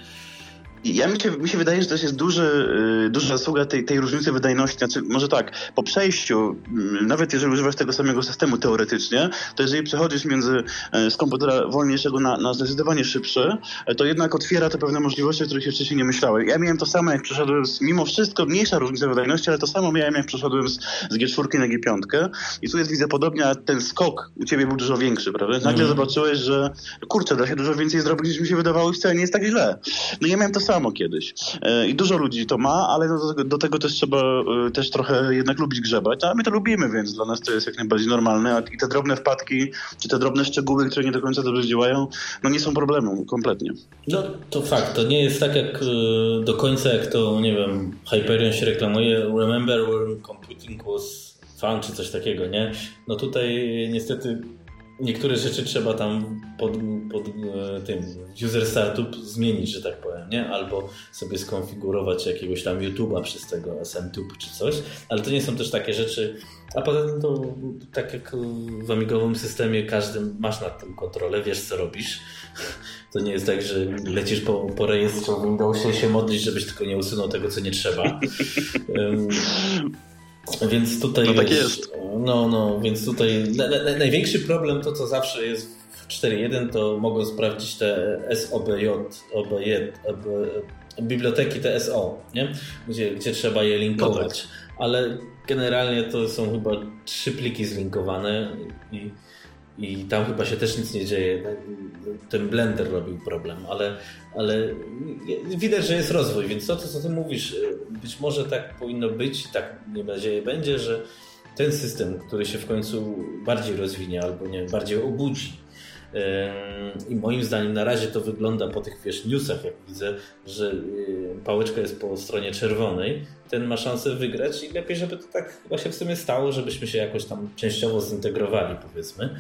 Ja mi się, mi się wydaje, że to jest duży, duża zasługa tej, tej różnicy wydajności. Znaczy, może tak, po przejściu, nawet jeżeli używasz tego samego systemu teoretycznie, to jeżeli przechodzisz między z komputera wolniejszego na, na zdecydowanie szybszy, to jednak otwiera te pewne możliwości, o których się wcześniej nie myślałem. Ja miałem to samo, jak przeszedłem z, mimo wszystko mniejsza różnica wydajności, ale to samo miałem, jak przeszedłem z, z G cztery na G pięć. I tu jest, widzę, podobnie, a ten skok u ciebie był dużo większy, prawda? Nagle mm. zobaczyłeś, że kurczę, da się dużo więcej zrobić, niż mi się wydawało i wcale nie jest tak źle. No ja miałem to samo kiedyś. I dużo ludzi to ma, ale do, do tego też trzeba też trochę jednak lubić grzebać. A my to lubimy, więc dla nas to jest jak najbardziej normalne. I te drobne wpadki, czy te drobne szczegóły, które nie do końca dobrze działają, no nie są problemem kompletnie. No to fakt. To nie jest tak jak do końca, jak to, nie wiem, Hyperion się reklamuje. Remember when computing was fun, czy coś takiego, nie? No tutaj niestety niektóre rzeczy trzeba tam pod, pod tym user startup zmienić, że tak powiem, nie? Albo sobie skonfigurować jakiegoś tam YouTube'a przez tego S M Tube czy coś, ale to nie są też takie rzeczy, a poza tym to tak jak w amigowym systemie każdy masz nad tym kontrolę, wiesz co robisz. To nie jest tak, że lecisz po, po rejestrze w Windowsie i się modlisz, żebyś tylko nie usunął tego, co nie trzeba. um, Więc tutaj no tak jest. No, no, więc tutaj na, na, największy problem to, co zawsze jest w cztery jeden, to mogą sprawdzić te S O B J, O B J, O B, biblioteki T S O, nie? Gdzie, gdzie trzeba je linkować. No tak. Ale generalnie to są chyba trzy pliki zlinkowane i I tam chyba się też nic nie dzieje. Ten Blender robił problem, ale, ale widać, że jest rozwój, więc to, co ty mówisz, być może tak powinno być, tak nie będzie, będzie, że ten system, który się w końcu bardziej rozwinie albo nie bardziej obudzi. I moim zdaniem na razie to wygląda po tych wiesz, newsach, jak widzę, że pałeczka jest po stronie czerwonej, ten ma szansę wygrać i lepiej, żeby to tak chyba się w sumie stało, żebyśmy się jakoś tam częściowo zintegrowali, powiedzmy.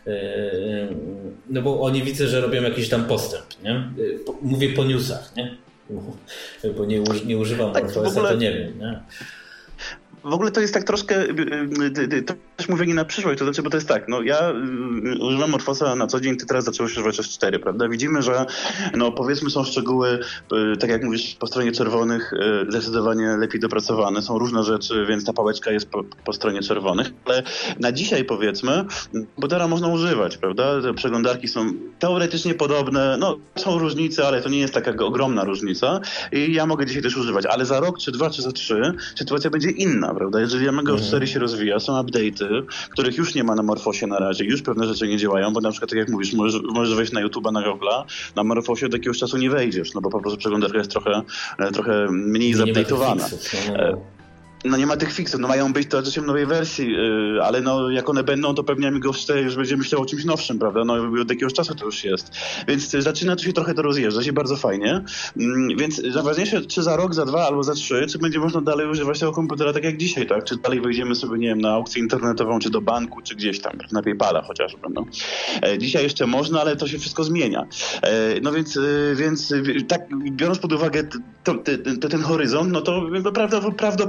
No bo oni widzę, że robią jakiś tam postęp, nie? Mówię po newsach, nie? Bo nie, nie używam tak, Morfosa, ogóle... to nie wiem, nie? W ogóle to jest tak troszkę, to też mówienie na przyszłość, to znaczy, bo to jest tak, no ja używam Morfosa na co dzień, ty teraz zacząłeś używać S cztery, prawda? Widzimy, że no powiedzmy są szczegóły, tak jak mówisz, po stronie czerwonych zdecydowanie lepiej dopracowane, są różne rzeczy, więc ta pałeczka jest po, po stronie czerwonych, ale na dzisiaj powiedzmy, komputera można używać, prawda? Te przeglądarki są teoretycznie podobne, no są różnice, ale to nie jest taka ogromna różnica i ja mogę dzisiaj też używać, ale za rok, czy dwa, czy za trzy sytuacja będzie inna, prawda? Jeżeli Amiga cztery się rozwija, są update'y, których już nie ma na Morfosie na razie, już pewne rzeczy nie działają, bo na przykład tak jak mówisz, możesz, możesz wejść na YouTube'a, na Google'a, na Morfosie od jakiegoś czasu nie wejdziesz, no bo po prostu przeglądarka jest trochę, trochę mniej zupdate'owana. No nie ma tych fixów, no mają być teoretycznie w nowej wersji, yy, ale no jak one będą, to pewnie Amiga cztery już będzie myślał o czymś nowszym, prawda? No od jakiegoś czasu to już jest. Więc zaczyna tu się trochę to rozjeżdżać i bardzo fajnie. Yy, więc najważniejsze, czy za rok, za dwa albo za trzy, czy będzie można dalej używać tego komputera tak jak dzisiaj, tak? Czy dalej wejdziemy sobie, nie wiem, na aukcję internetową, czy do banku, czy gdzieś tam, na PayPala chociażby, no. Yy, dzisiaj jeszcze można, ale to się wszystko zmienia. Yy, no więc, yy, więc yy, tak biorąc pod uwagę to, to, to, ten horyzont, no to no, prawdopodobnie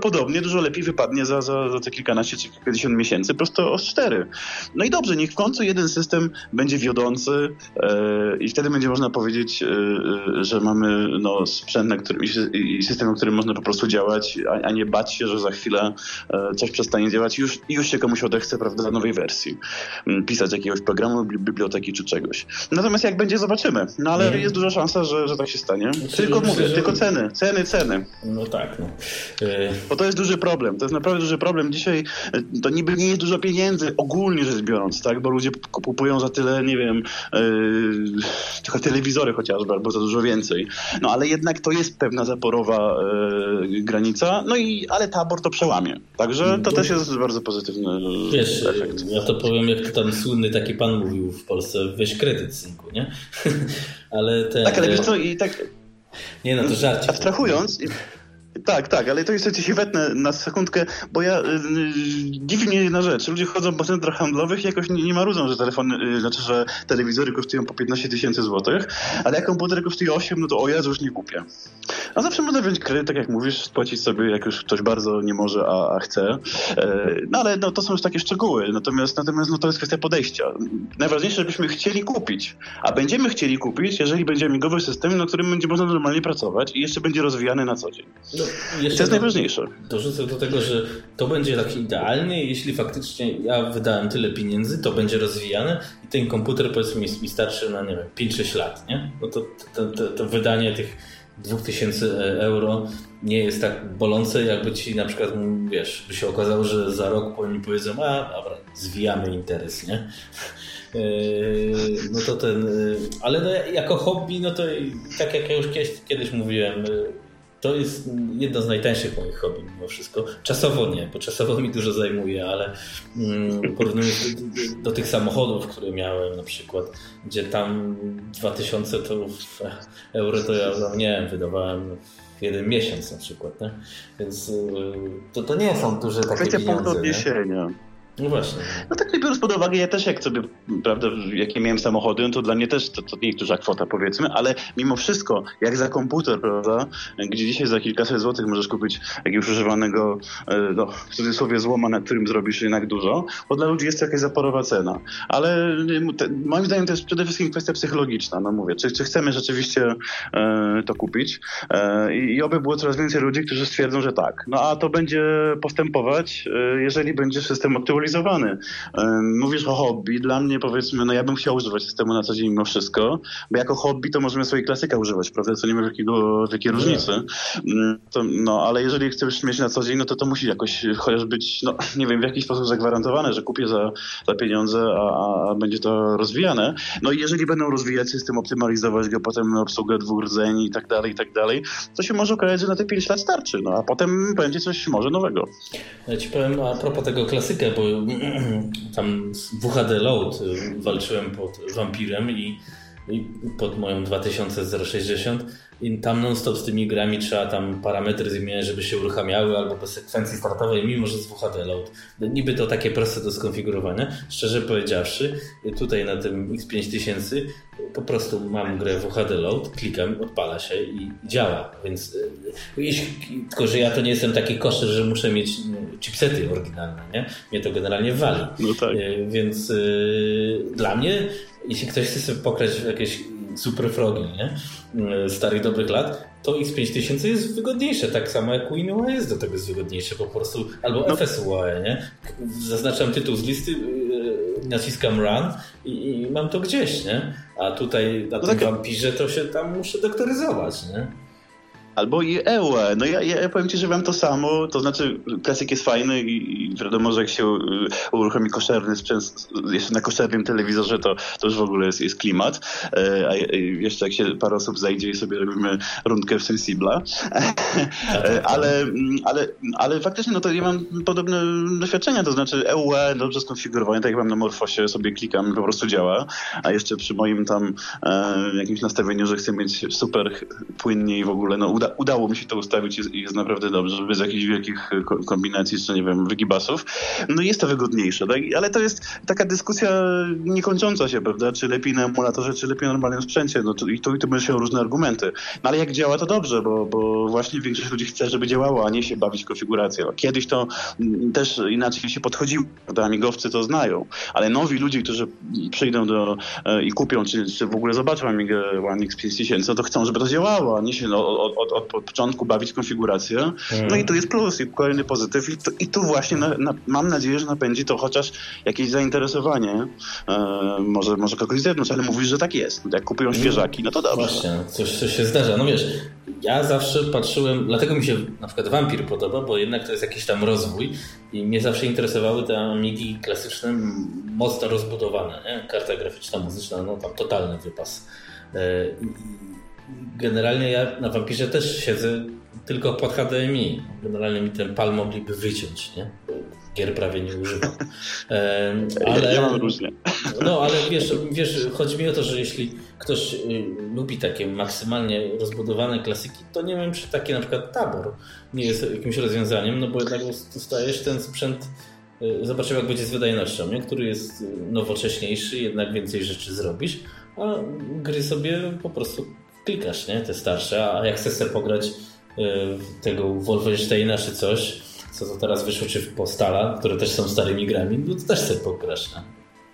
dużo lepiej wypadnie za, za, za te kilkanaście czy kilkadziesiąt miesięcy prosto o cztery. No i dobrze, niech w końcu jeden system będzie wiodący e, i wtedy będzie można powiedzieć, e, że mamy no, sprzęt na którym, i system, na którym można po prostu działać, a, a nie bać się, że za chwilę e, coś przestanie działać i już, i już się komuś odechce, prawda, nowej wersji. Pisać jakiegoś programu, biblioteki czy czegoś. Natomiast jak będzie, zobaczymy. No ale nie. jest duża szansa, że, że tak się stanie. Znaczy, tylko myślę, mówię, że... tylko ceny, ceny, ceny. No tak, no. Bo to jest duży problem. To jest naprawdę duży problem. Dzisiaj to niby nie jest dużo pieniędzy, ogólnie rzecz biorąc, tak? Bo ludzie kupują za tyle, nie wiem, yy, tylko telewizory chociażby, albo za dużo więcej. No ale jednak to jest pewna zaporowa yy, granica, no i ale tabor to przełamie. Także to też jest bardzo pozytywny Wiesz, efekt. Ja to powiem, jak to tam słynny taki pan mówił w Polsce, weź kredyt, synku, nie? ale te, tak, ale wiesz co, i tak... Nie no, to żarcie. Abstrahując... Tak, tak, ale to jeszcze się wetnę na sekundkę, bo ja yy, dziwi mnie jedna rzecz. Ludzie chodzą po centrach handlowych i jakoś nie, nie marudzą, że telefony, yy, znaczy, że telewizory kosztują po piętnaście tysięcy złotych, ale jak komputer kosztuje osiem, no to o Jezu, już nie kupię. A zawsze można wziąć kredyt, tak jak mówisz, spłacić sobie, jak już ktoś bardzo nie może, a, a chce. Yy, no ale no, to są już takie szczegóły, natomiast, natomiast no, to jest kwestia podejścia. Najważniejsze, żebyśmy chcieli kupić, a będziemy chcieli kupić, jeżeli będzie amigowy system, na którym będzie można normalnie pracować i jeszcze będzie rozwijany na co dzień. No. Jeszcze to jest najważniejsze. Dorzucę do tego, że to będzie taki idealny, jeśli faktycznie ja wydałem tyle pieniędzy, to będzie rozwijane i ten komputer powiedzmy mi, mi starczy na, nie wiem, pięć sześć lat, nie? Bo to, to, to, to wydanie tych dwa tysiące euro nie jest tak bolące, jakby ci na przykład, wiesz, by się okazało, że za rok oni powiedzą, a dobra, zwijamy interes, nie? No to ten, ale no jako hobby, no to tak jak ja już kiedyś, kiedyś mówiłem, to jest jedno z najtańszych moich hobby mimo wszystko. Czasowo nie, bo czasowo mi dużo zajmuje, ale mm, porównując do, do, do tych samochodów, które miałem na przykład, gdzie tam dwa tysiące to euro to ja no, nie wiem, wydawałem w jeden miesiąc na przykład, nie? Więc to, to nie są duże takie Kwestia pieniądze. Kwestia odniesienia. No właśnie. No tak biorąc pod uwagę, ja też jak sobie, prawda, jakie miałem samochody, no to dla mnie też to, to nie jest duża kwota, powiedzmy, ale mimo wszystko, jak za komputer, prawda, gdzie dzisiaj za kilkaset złotych możesz kupić jakiegoś używanego, no, w cudzysłowie złoma, na którym zrobisz jednak dużo, bo dla ludzi jest to jakaś zaporowa cena. Ale te, moim zdaniem to jest przede wszystkim kwestia psychologiczna, no mówię, czy, czy chcemy rzeczywiście e, to kupić e, i oby było coraz więcej ludzi, którzy stwierdzą, że tak. No a to będzie postępować, e, jeżeli będzie system aktualizowany. Mówisz o hobby. Dla mnie, powiedzmy, no ja bym chciał używać systemu na co dzień mimo wszystko, bo jako hobby to możemy swojej klasyka używać, prawda? Co nie ma wielkiego, wielkiej no. różnicy. To, no, ale jeżeli chcesz mieć na co dzień, no to to musi jakoś chociaż być, no nie wiem, w jakiś sposób zagwarantowane, że kupię za, za pieniądze, a, a będzie to rozwijane. No i jeżeli będą rozwijać system, optymalizować go, potem obsługę dwóch rdzeni i tak dalej, i tak dalej, to się może okazać, że na te pięć lat starczy, no a potem będzie coś może nowego. Ja ci powiem a propos tego klasyka, bo tam z W H D Load walczyłem pod Vampirem i, i pod moją dwa tysiące zero sześćdziesiąt i tam non-stop z tymi grami trzeba tam parametry zmieniać, żeby się uruchamiały albo bez sekwencji startowej, mimo że z W H D Load. Niby to takie proste do skonfigurowania. Szczerze powiedziawszy, tutaj na tym X pięć tysięcy po prostu mam grę W H D Load, klikam, odpala się i działa. Więc tylko, że ja to nie jestem taki koszer, że muszę mieć chipsety oryginalne, nie? Mnie to generalnie wali. No tak. Więc yy, dla mnie, jeśli ktoś chce sobie pokrać w jakieś super frogi, nie? Starych dobrych lat, to X pięć tysięcy jest wygodniejsze, tak samo jak Win U A jest do tego jest wygodniejsze po prostu, albo F S U A E, nie? Zaznaczam tytuł z listy, yy, naciskam run i, i mam to gdzieś, nie? A tutaj na no tym tak... Vampirze to się tam muszę doktoryzować, nie? Albo i E U E. No ja, ja powiem ci, że mam to samo, to znaczy klasyk jest fajny i, i wiadomo, że jak się uruchomi koszerny sprzęt jeszcze na koszernym telewizorze, to, to już w ogóle jest, jest klimat. A jeszcze jak się parę osób zajdzie i sobie robimy rundkę w Sensibla. ale, ale, ale faktycznie no to ja mam podobne doświadczenia, to znaczy E U E dobrze skonfigurowane, tak jak mam na Morfosie, sobie klikam, po prostu działa, a jeszcze przy moim tam e, jakimś nastawieniu, że chcę mieć super płynnie i w ogóle no uda uda, udało mi się to ustawić i jest naprawdę dobrze, bez jakichś wielkich kombinacji, czy nie wiem, wygibasów. No jest to wygodniejsze, tak? Ale to jest taka dyskusja niekończąca się, prawda? Czy lepiej na emulatorze, czy lepiej na normalnym sprzęcie. No to, i tu i tu będą się różne argumenty. No ale jak działa, to dobrze, bo, bo właśnie większość ludzi chce, żeby działało, a nie się bawić konfiguracją. Kiedyś to też inaczej się podchodziło, prawda? Amigowcy to znają, ale nowi ludzie, którzy przyjdą do i kupią, czy, czy w ogóle zobaczą Amigę One X pięć tysięcy, no to chcą, żeby to działało, a nie się no, od, od, od, od początku bawić konfigurację. Mm. No i tu jest plus i kolejny pozytyw i tu, i tu właśnie na, na, mam nadzieję, że napędzi to chociaż jakieś zainteresowanie, e, może, może kogoś z zewnątrz, ale mówisz, że tak jest. Jak kupują świeżaki, no to dobrze. Właśnie, coś, coś się zdarza. No wiesz, ja zawsze patrzyłem, dlatego mi się na przykład Vampir podoba, bo jednak to jest jakiś tam rozwój i mnie zawsze interesowały te Amigi klasyczne, mocno rozbudowane, nie? Karta graficzna, muzyczna, no tam totalny wypas. Generalnie ja na Vampirze też siedzę tylko pod H D M I. Generalnie mi ten pal mogliby wyciąć, nie? Gier prawie nie używam. Ale, ja mam różnie. No ale wiesz, wiesz, chodzi mi o to, że jeśli ktoś lubi takie maksymalnie rozbudowane klasyki, to nie wiem, czy taki na przykład tabor nie jest jakimś rozwiązaniem, no bo jednak dostajesz ten sprzęt. Zobaczymy, jak będzie z wydajnością, nie? Który jest nowocześniejszy, jednak więcej rzeczy zrobisz, a gry sobie po prostu klikasz, nie? Te starsze, a jak chcesz sobie pograć w tego Wolfensteina czy coś, co to teraz wyszło, czy w Postala, które też są starymi grami, no to też sobie pograsz, nie?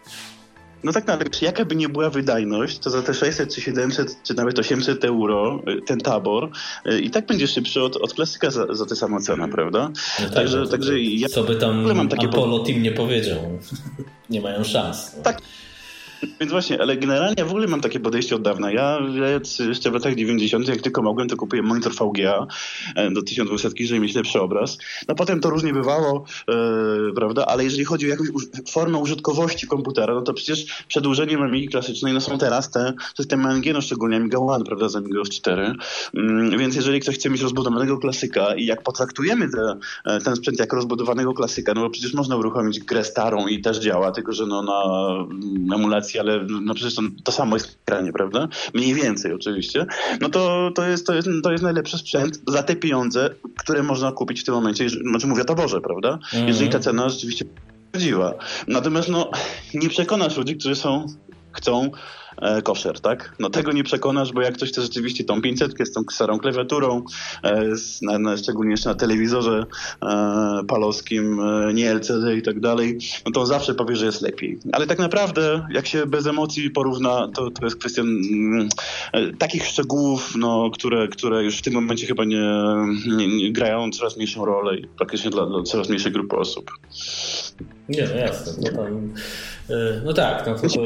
No tak, no, ale jaka by nie była wydajność, to za te sześćset czy siedemset czy nawet osiemset euro ten tabor i tak będzie szybszy od, od klasyka za, za tę samą cenę, prawda? No tak, także, no to, także ja co by tam mam takie Apollo po... Team nie powiedział. Nie mają szans. No. Tak. Więc właśnie, ale generalnie w ogóle mam takie podejście od dawna. Ja jeszcze w latach dziewięćdziesiątych, jak tylko mogłem, to kupiłem monitor V G A do tysiąc dwieście, żeby mieć lepszy obraz. No potem to różnie bywało, e, prawda, ale jeżeli chodzi o jakąś formę użytkowości komputera, no to przecież przedłużeniem Amigi klasycznej no są teraz te systemy A M G, no szczególnie Amiga One, prawda, z Amiga O S cztery. Mm, więc jeżeli ktoś chce mieć rozbudowanego klasyka i jak potraktujemy te, ten sprzęt jako rozbudowanego klasyka, no bo przecież można uruchomić grę starą i też działa, tylko że no na emulacji, ale no przecież to, to samo jest w ekranie, prawda? Mniej więcej oczywiście. No to, to, jest, to, jest, to jest najlepszy sprzęt za te pieniądze, które można kupić w tym momencie, znaczy mówię o taborze, prawda? Mm-hmm. Jeżeli ta cena rzeczywiście prawdziwa. Natomiast no nie przekonasz ludzi, którzy są, chcą e, koszer, tak? No tego nie przekonasz, bo jak ktoś chce rzeczywiście tą pięćsetkę z tą starą klawiaturą, e, z, na, na, szczególnie jeszcze na telewizorze e, palowskim, e, nie L C D i tak dalej, no to on zawsze powie, że jest lepiej. Ale tak naprawdę, jak się bez emocji porówna, to, to jest kwestia mm, e, takich szczegółów, no, które, które już w tym momencie chyba nie, nie, nie grają coraz mniejszą rolę i praktycznie dla, dla coraz mniejszej grupy osób. Nie, no jasne. No, tam, e, no tak, no to, to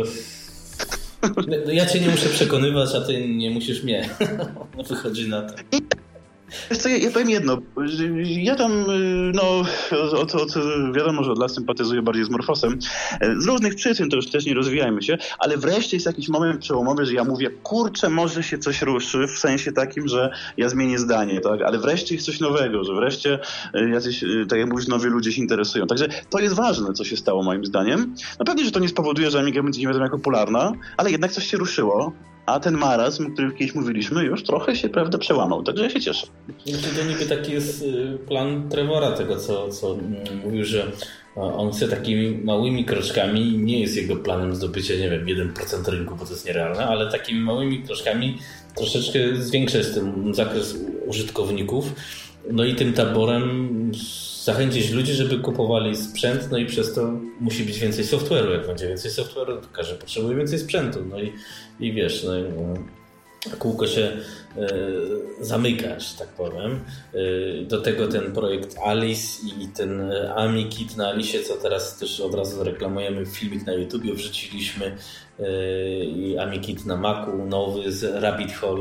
ja cię nie muszę przekonywać, a ty nie musisz mnie. Wychodzi na to. Wiesz co, ja, ja powiem jedno. Ja tam, no, od, od, wiadomo, że od lat sympatyzuję bardziej z Morfosem. Z różnych przyczyn, to już też nie rozwijajmy się, ale wreszcie jest jakiś moment przełomowy, że ja mówię, kurczę, może się coś ruszy, w sensie takim, że ja zmienię zdanie, tak? Ale wreszcie jest coś nowego, że wreszcie jacyś, tak jak mówisz, nowi ludzie się interesują. Także to jest ważne, co się stało moim zdaniem. No pewnie, że to nie spowoduje, że Amiga będzie nie wiadomo jak popularna, ale jednak coś się ruszyło. A ten marazm, o którym kiedyś mówiliśmy, już trochę się, prawda, przełamał. Także ja się cieszę. To niby taki jest plan Trevora, tego co, co mówił, że on chce takimi małymi kroczkami, nie jest jego planem zdobycia, nie wiem, jeden procent rynku, bo to jest nierealne, ale takimi małymi kroczkami troszeczkę zwiększać ten zakres użytkowników. No i tym taborem zachęcić ludzi, żeby kupowali sprzęt, no i przez to musi być więcej software'u. Jak będzie więcej software'u, to każdy potrzebuje więcej sprzętu. No i, i wiesz, no, kółko się e, zamyka, że tak powiem. E, do tego ten projekt Alice i ten AmiKit na Alicie, co teraz też od razu reklamujemy, filmik na YouTubie wrzuciliśmy, e, i AmiKit na Macu, nowy z Rabbit Hole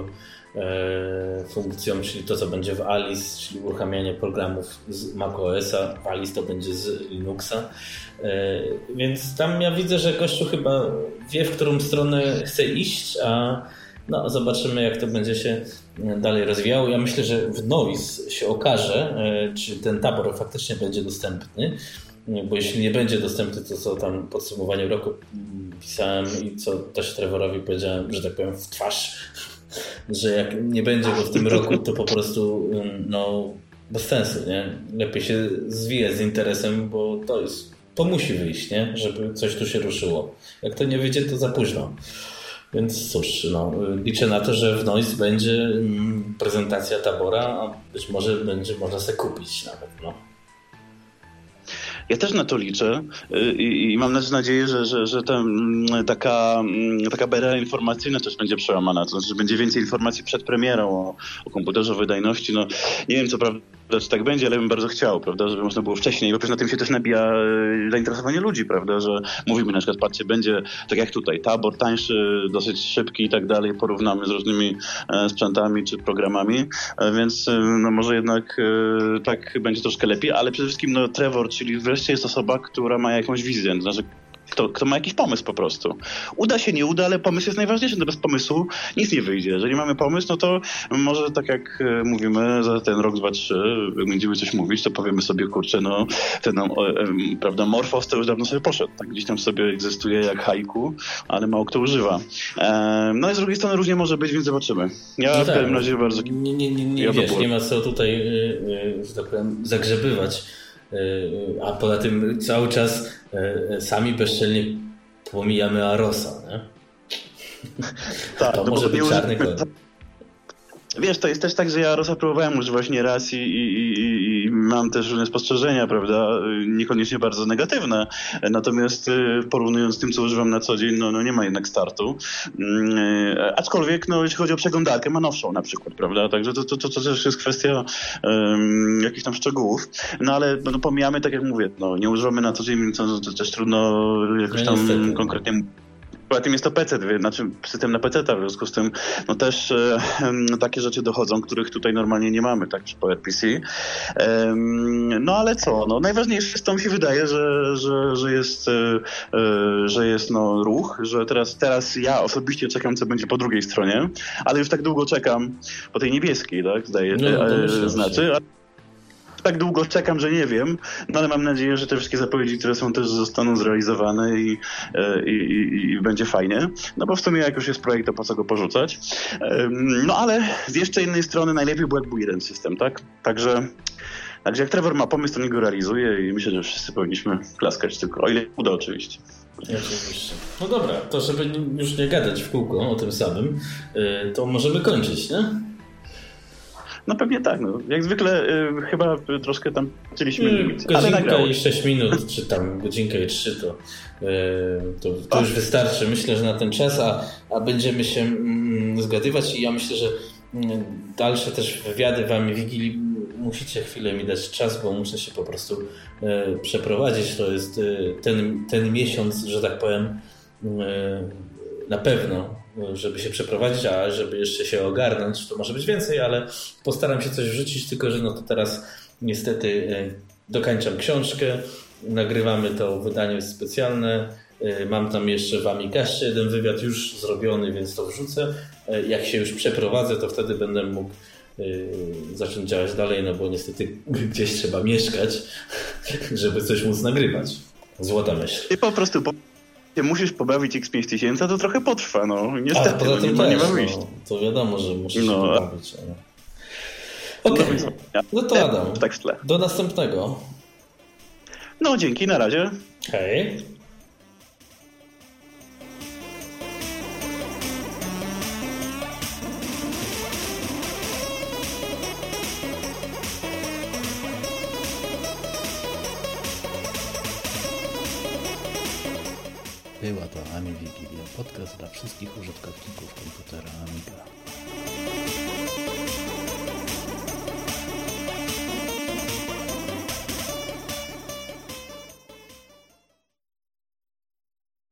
funkcją, czyli to, co będzie w Alice, czyli uruchamianie programów z macOSa, w Alice to będzie z Linuxa. Więc tam ja widzę, że gościu chyba wie, w którą stronę chce iść, a no, zobaczymy, jak to będzie się dalej rozwijało. Ja myślę, że w Noise się okaże, czy ten tabor faktycznie będzie dostępny, bo jeśli nie będzie dostępny, to co tam w podsumowaniu roku pisałem i co też Trevorowi powiedziałem, że tak powiem, w twarz, że jak nie będzie go w tym roku, to po prostu no, bez sensu, nie? Lepiej się zwijać z interesem, bo to jest, to musi wyjść, nie? Żeby coś tu się ruszyło. Jak to nie wyjdzie, to za późno. Więc cóż, no, liczę na to, że w Noise będzie prezentacja Tabora, a być może będzie można sobie kupić nawet, no. Ja też na to liczę i, i mam nadzieję, że, że, że ta, taka, taka bariera informacyjna też będzie przełamana. To znaczy, że będzie więcej informacji przed premierą o, o komputerze, o wydajności. No, nie wiem, co prawda, czy tak będzie, ale bym bardzo chciał, prawda, żeby można było wcześniej, bo przecież na tym się też nabija zainteresowanie ludzi, prawda, że mówimy na przykład, patrzcie, będzie tak jak tutaj, Tabor tańszy, dosyć szybki i tak dalej, porównamy z różnymi sprzętami czy programami, więc no, może jednak tak będzie troszkę lepiej, ale przede wszystkim no, Trevor, czyli wreszcie jest osoba, która ma jakąś wizję, to znaczy Kto, kto ma jakiś pomysł po prostu. Uda się, nie uda, ale pomysł jest najważniejszy, no bez pomysłu nic nie wyjdzie. Jeżeli mamy pomysł, no to może tak jak mówimy, za ten rok, dwa, trzy, jak będziemy coś mówić, to powiemy sobie, kurczę, no ten, no, e, prawda, Morphos to już dawno sobie poszedł, tak gdzieś tam sobie egzystuje jak haiku, ale mało kto używa. E, no i z drugiej strony różnie może być, więc zobaczymy. Ja no w tak, każdym razie bardzo... Nie, nie, nie, nie, wiesz, nie ma co tutaj, że tak powiem, zagrzebywać. A poza tym cały czas sami bezczelnie pomijamy Arosa, nie? Tak, to no może być nie czarny koń. Wiesz, to jest też tak, że ja Arosa próbowałem używać nieraz i, i, i, i mam też różne spostrzeżenia, prawda, niekoniecznie bardzo negatywne, natomiast porównując z tym, co używam na co dzień, no, no nie ma jednak startu, aczkolwiek, no jeśli chodzi o przeglądarkę, ma nowszą na przykład, prawda, także to, to, to, to też jest kwestia um, jakichś tam szczegółów, no ale no, pomijamy, tak jak mówię, no nie używamy na co dzień, to, to też trudno jakoś tam no, konkretnie... Poza tym jest to P C, znaczy system na P C ta, w związku z tym no też e, takie rzeczy dochodzą, których tutaj normalnie nie mamy, tak, przy PowerPC. E, no ale co, no najważniejsze jest, to mi się wydaje, że, że, że jest, e, że jest no, ruch, że teraz, teraz ja osobiście czekam, co będzie po drugiej stronie, ale już tak długo czekam po tej niebieskiej, tak, zdaje, no, e, znaczy... Tak długo czekam, że nie wiem, no ale mam nadzieję, że te wszystkie zapowiedzi, które są, też zostaną zrealizowane i, i, i, i będzie fajnie. No bo w sumie jak już jest projekt, to po co go porzucać. No ale z jeszcze innej strony najlepiej był, jak był jeden system, tak? Także, także jak Trevor ma pomysł, to nie go realizuje i myślę, że wszyscy powinniśmy klaskać, tylko o ile uda oczywiście. Oczywiście. No dobra, to żeby już nie gadać w kółko o tym samym, to możemy kończyć, nie? No pewnie tak, no. Jak zwykle y, chyba troszkę tam chcieliśmy limit. Godzinka i sześć minut, czy tam godzinka i trzy, to, y, to, to już wystarczy. Myślę, że na ten czas, a, a będziemy się mm, zgadywać i ja myślę, że mm, dalsze też wywiady wam Wigilii musicie chwilę mi dać czas, bo muszę się po prostu y, przeprowadzić. To jest y, ten, ten miesiąc, że tak powiem, y, na pewno, żeby się przeprowadzić, a żeby jeszcze się ogarnąć, to może być więcej, ale postaram się coś wrzucić, tylko że no to teraz niestety dokańczam książkę, nagrywamy to wydanie specjalne, mam tam jeszcze w Amigaście jeden wywiad już zrobiony, więc to wrzucę. Jak się już przeprowadzę, to wtedy będę mógł zacząć działać dalej, no bo niestety gdzieś trzeba mieszkać, żeby coś móc nagrywać. Złota myśl. I po prostu po... musisz pobawić X pięć tysięcy, to trochę potrwa, no niestety. A, poza tym no, nie, też, ma wyjść. No, to wiadomo, że musisz no. się pobawić. Ale... Okej, okay. No to Adam, tak w tle. Do następnego. No dzięki, na razie. Hej. Była to AmiWigilia, podcast dla wszystkich użytkowników komputera Amiga.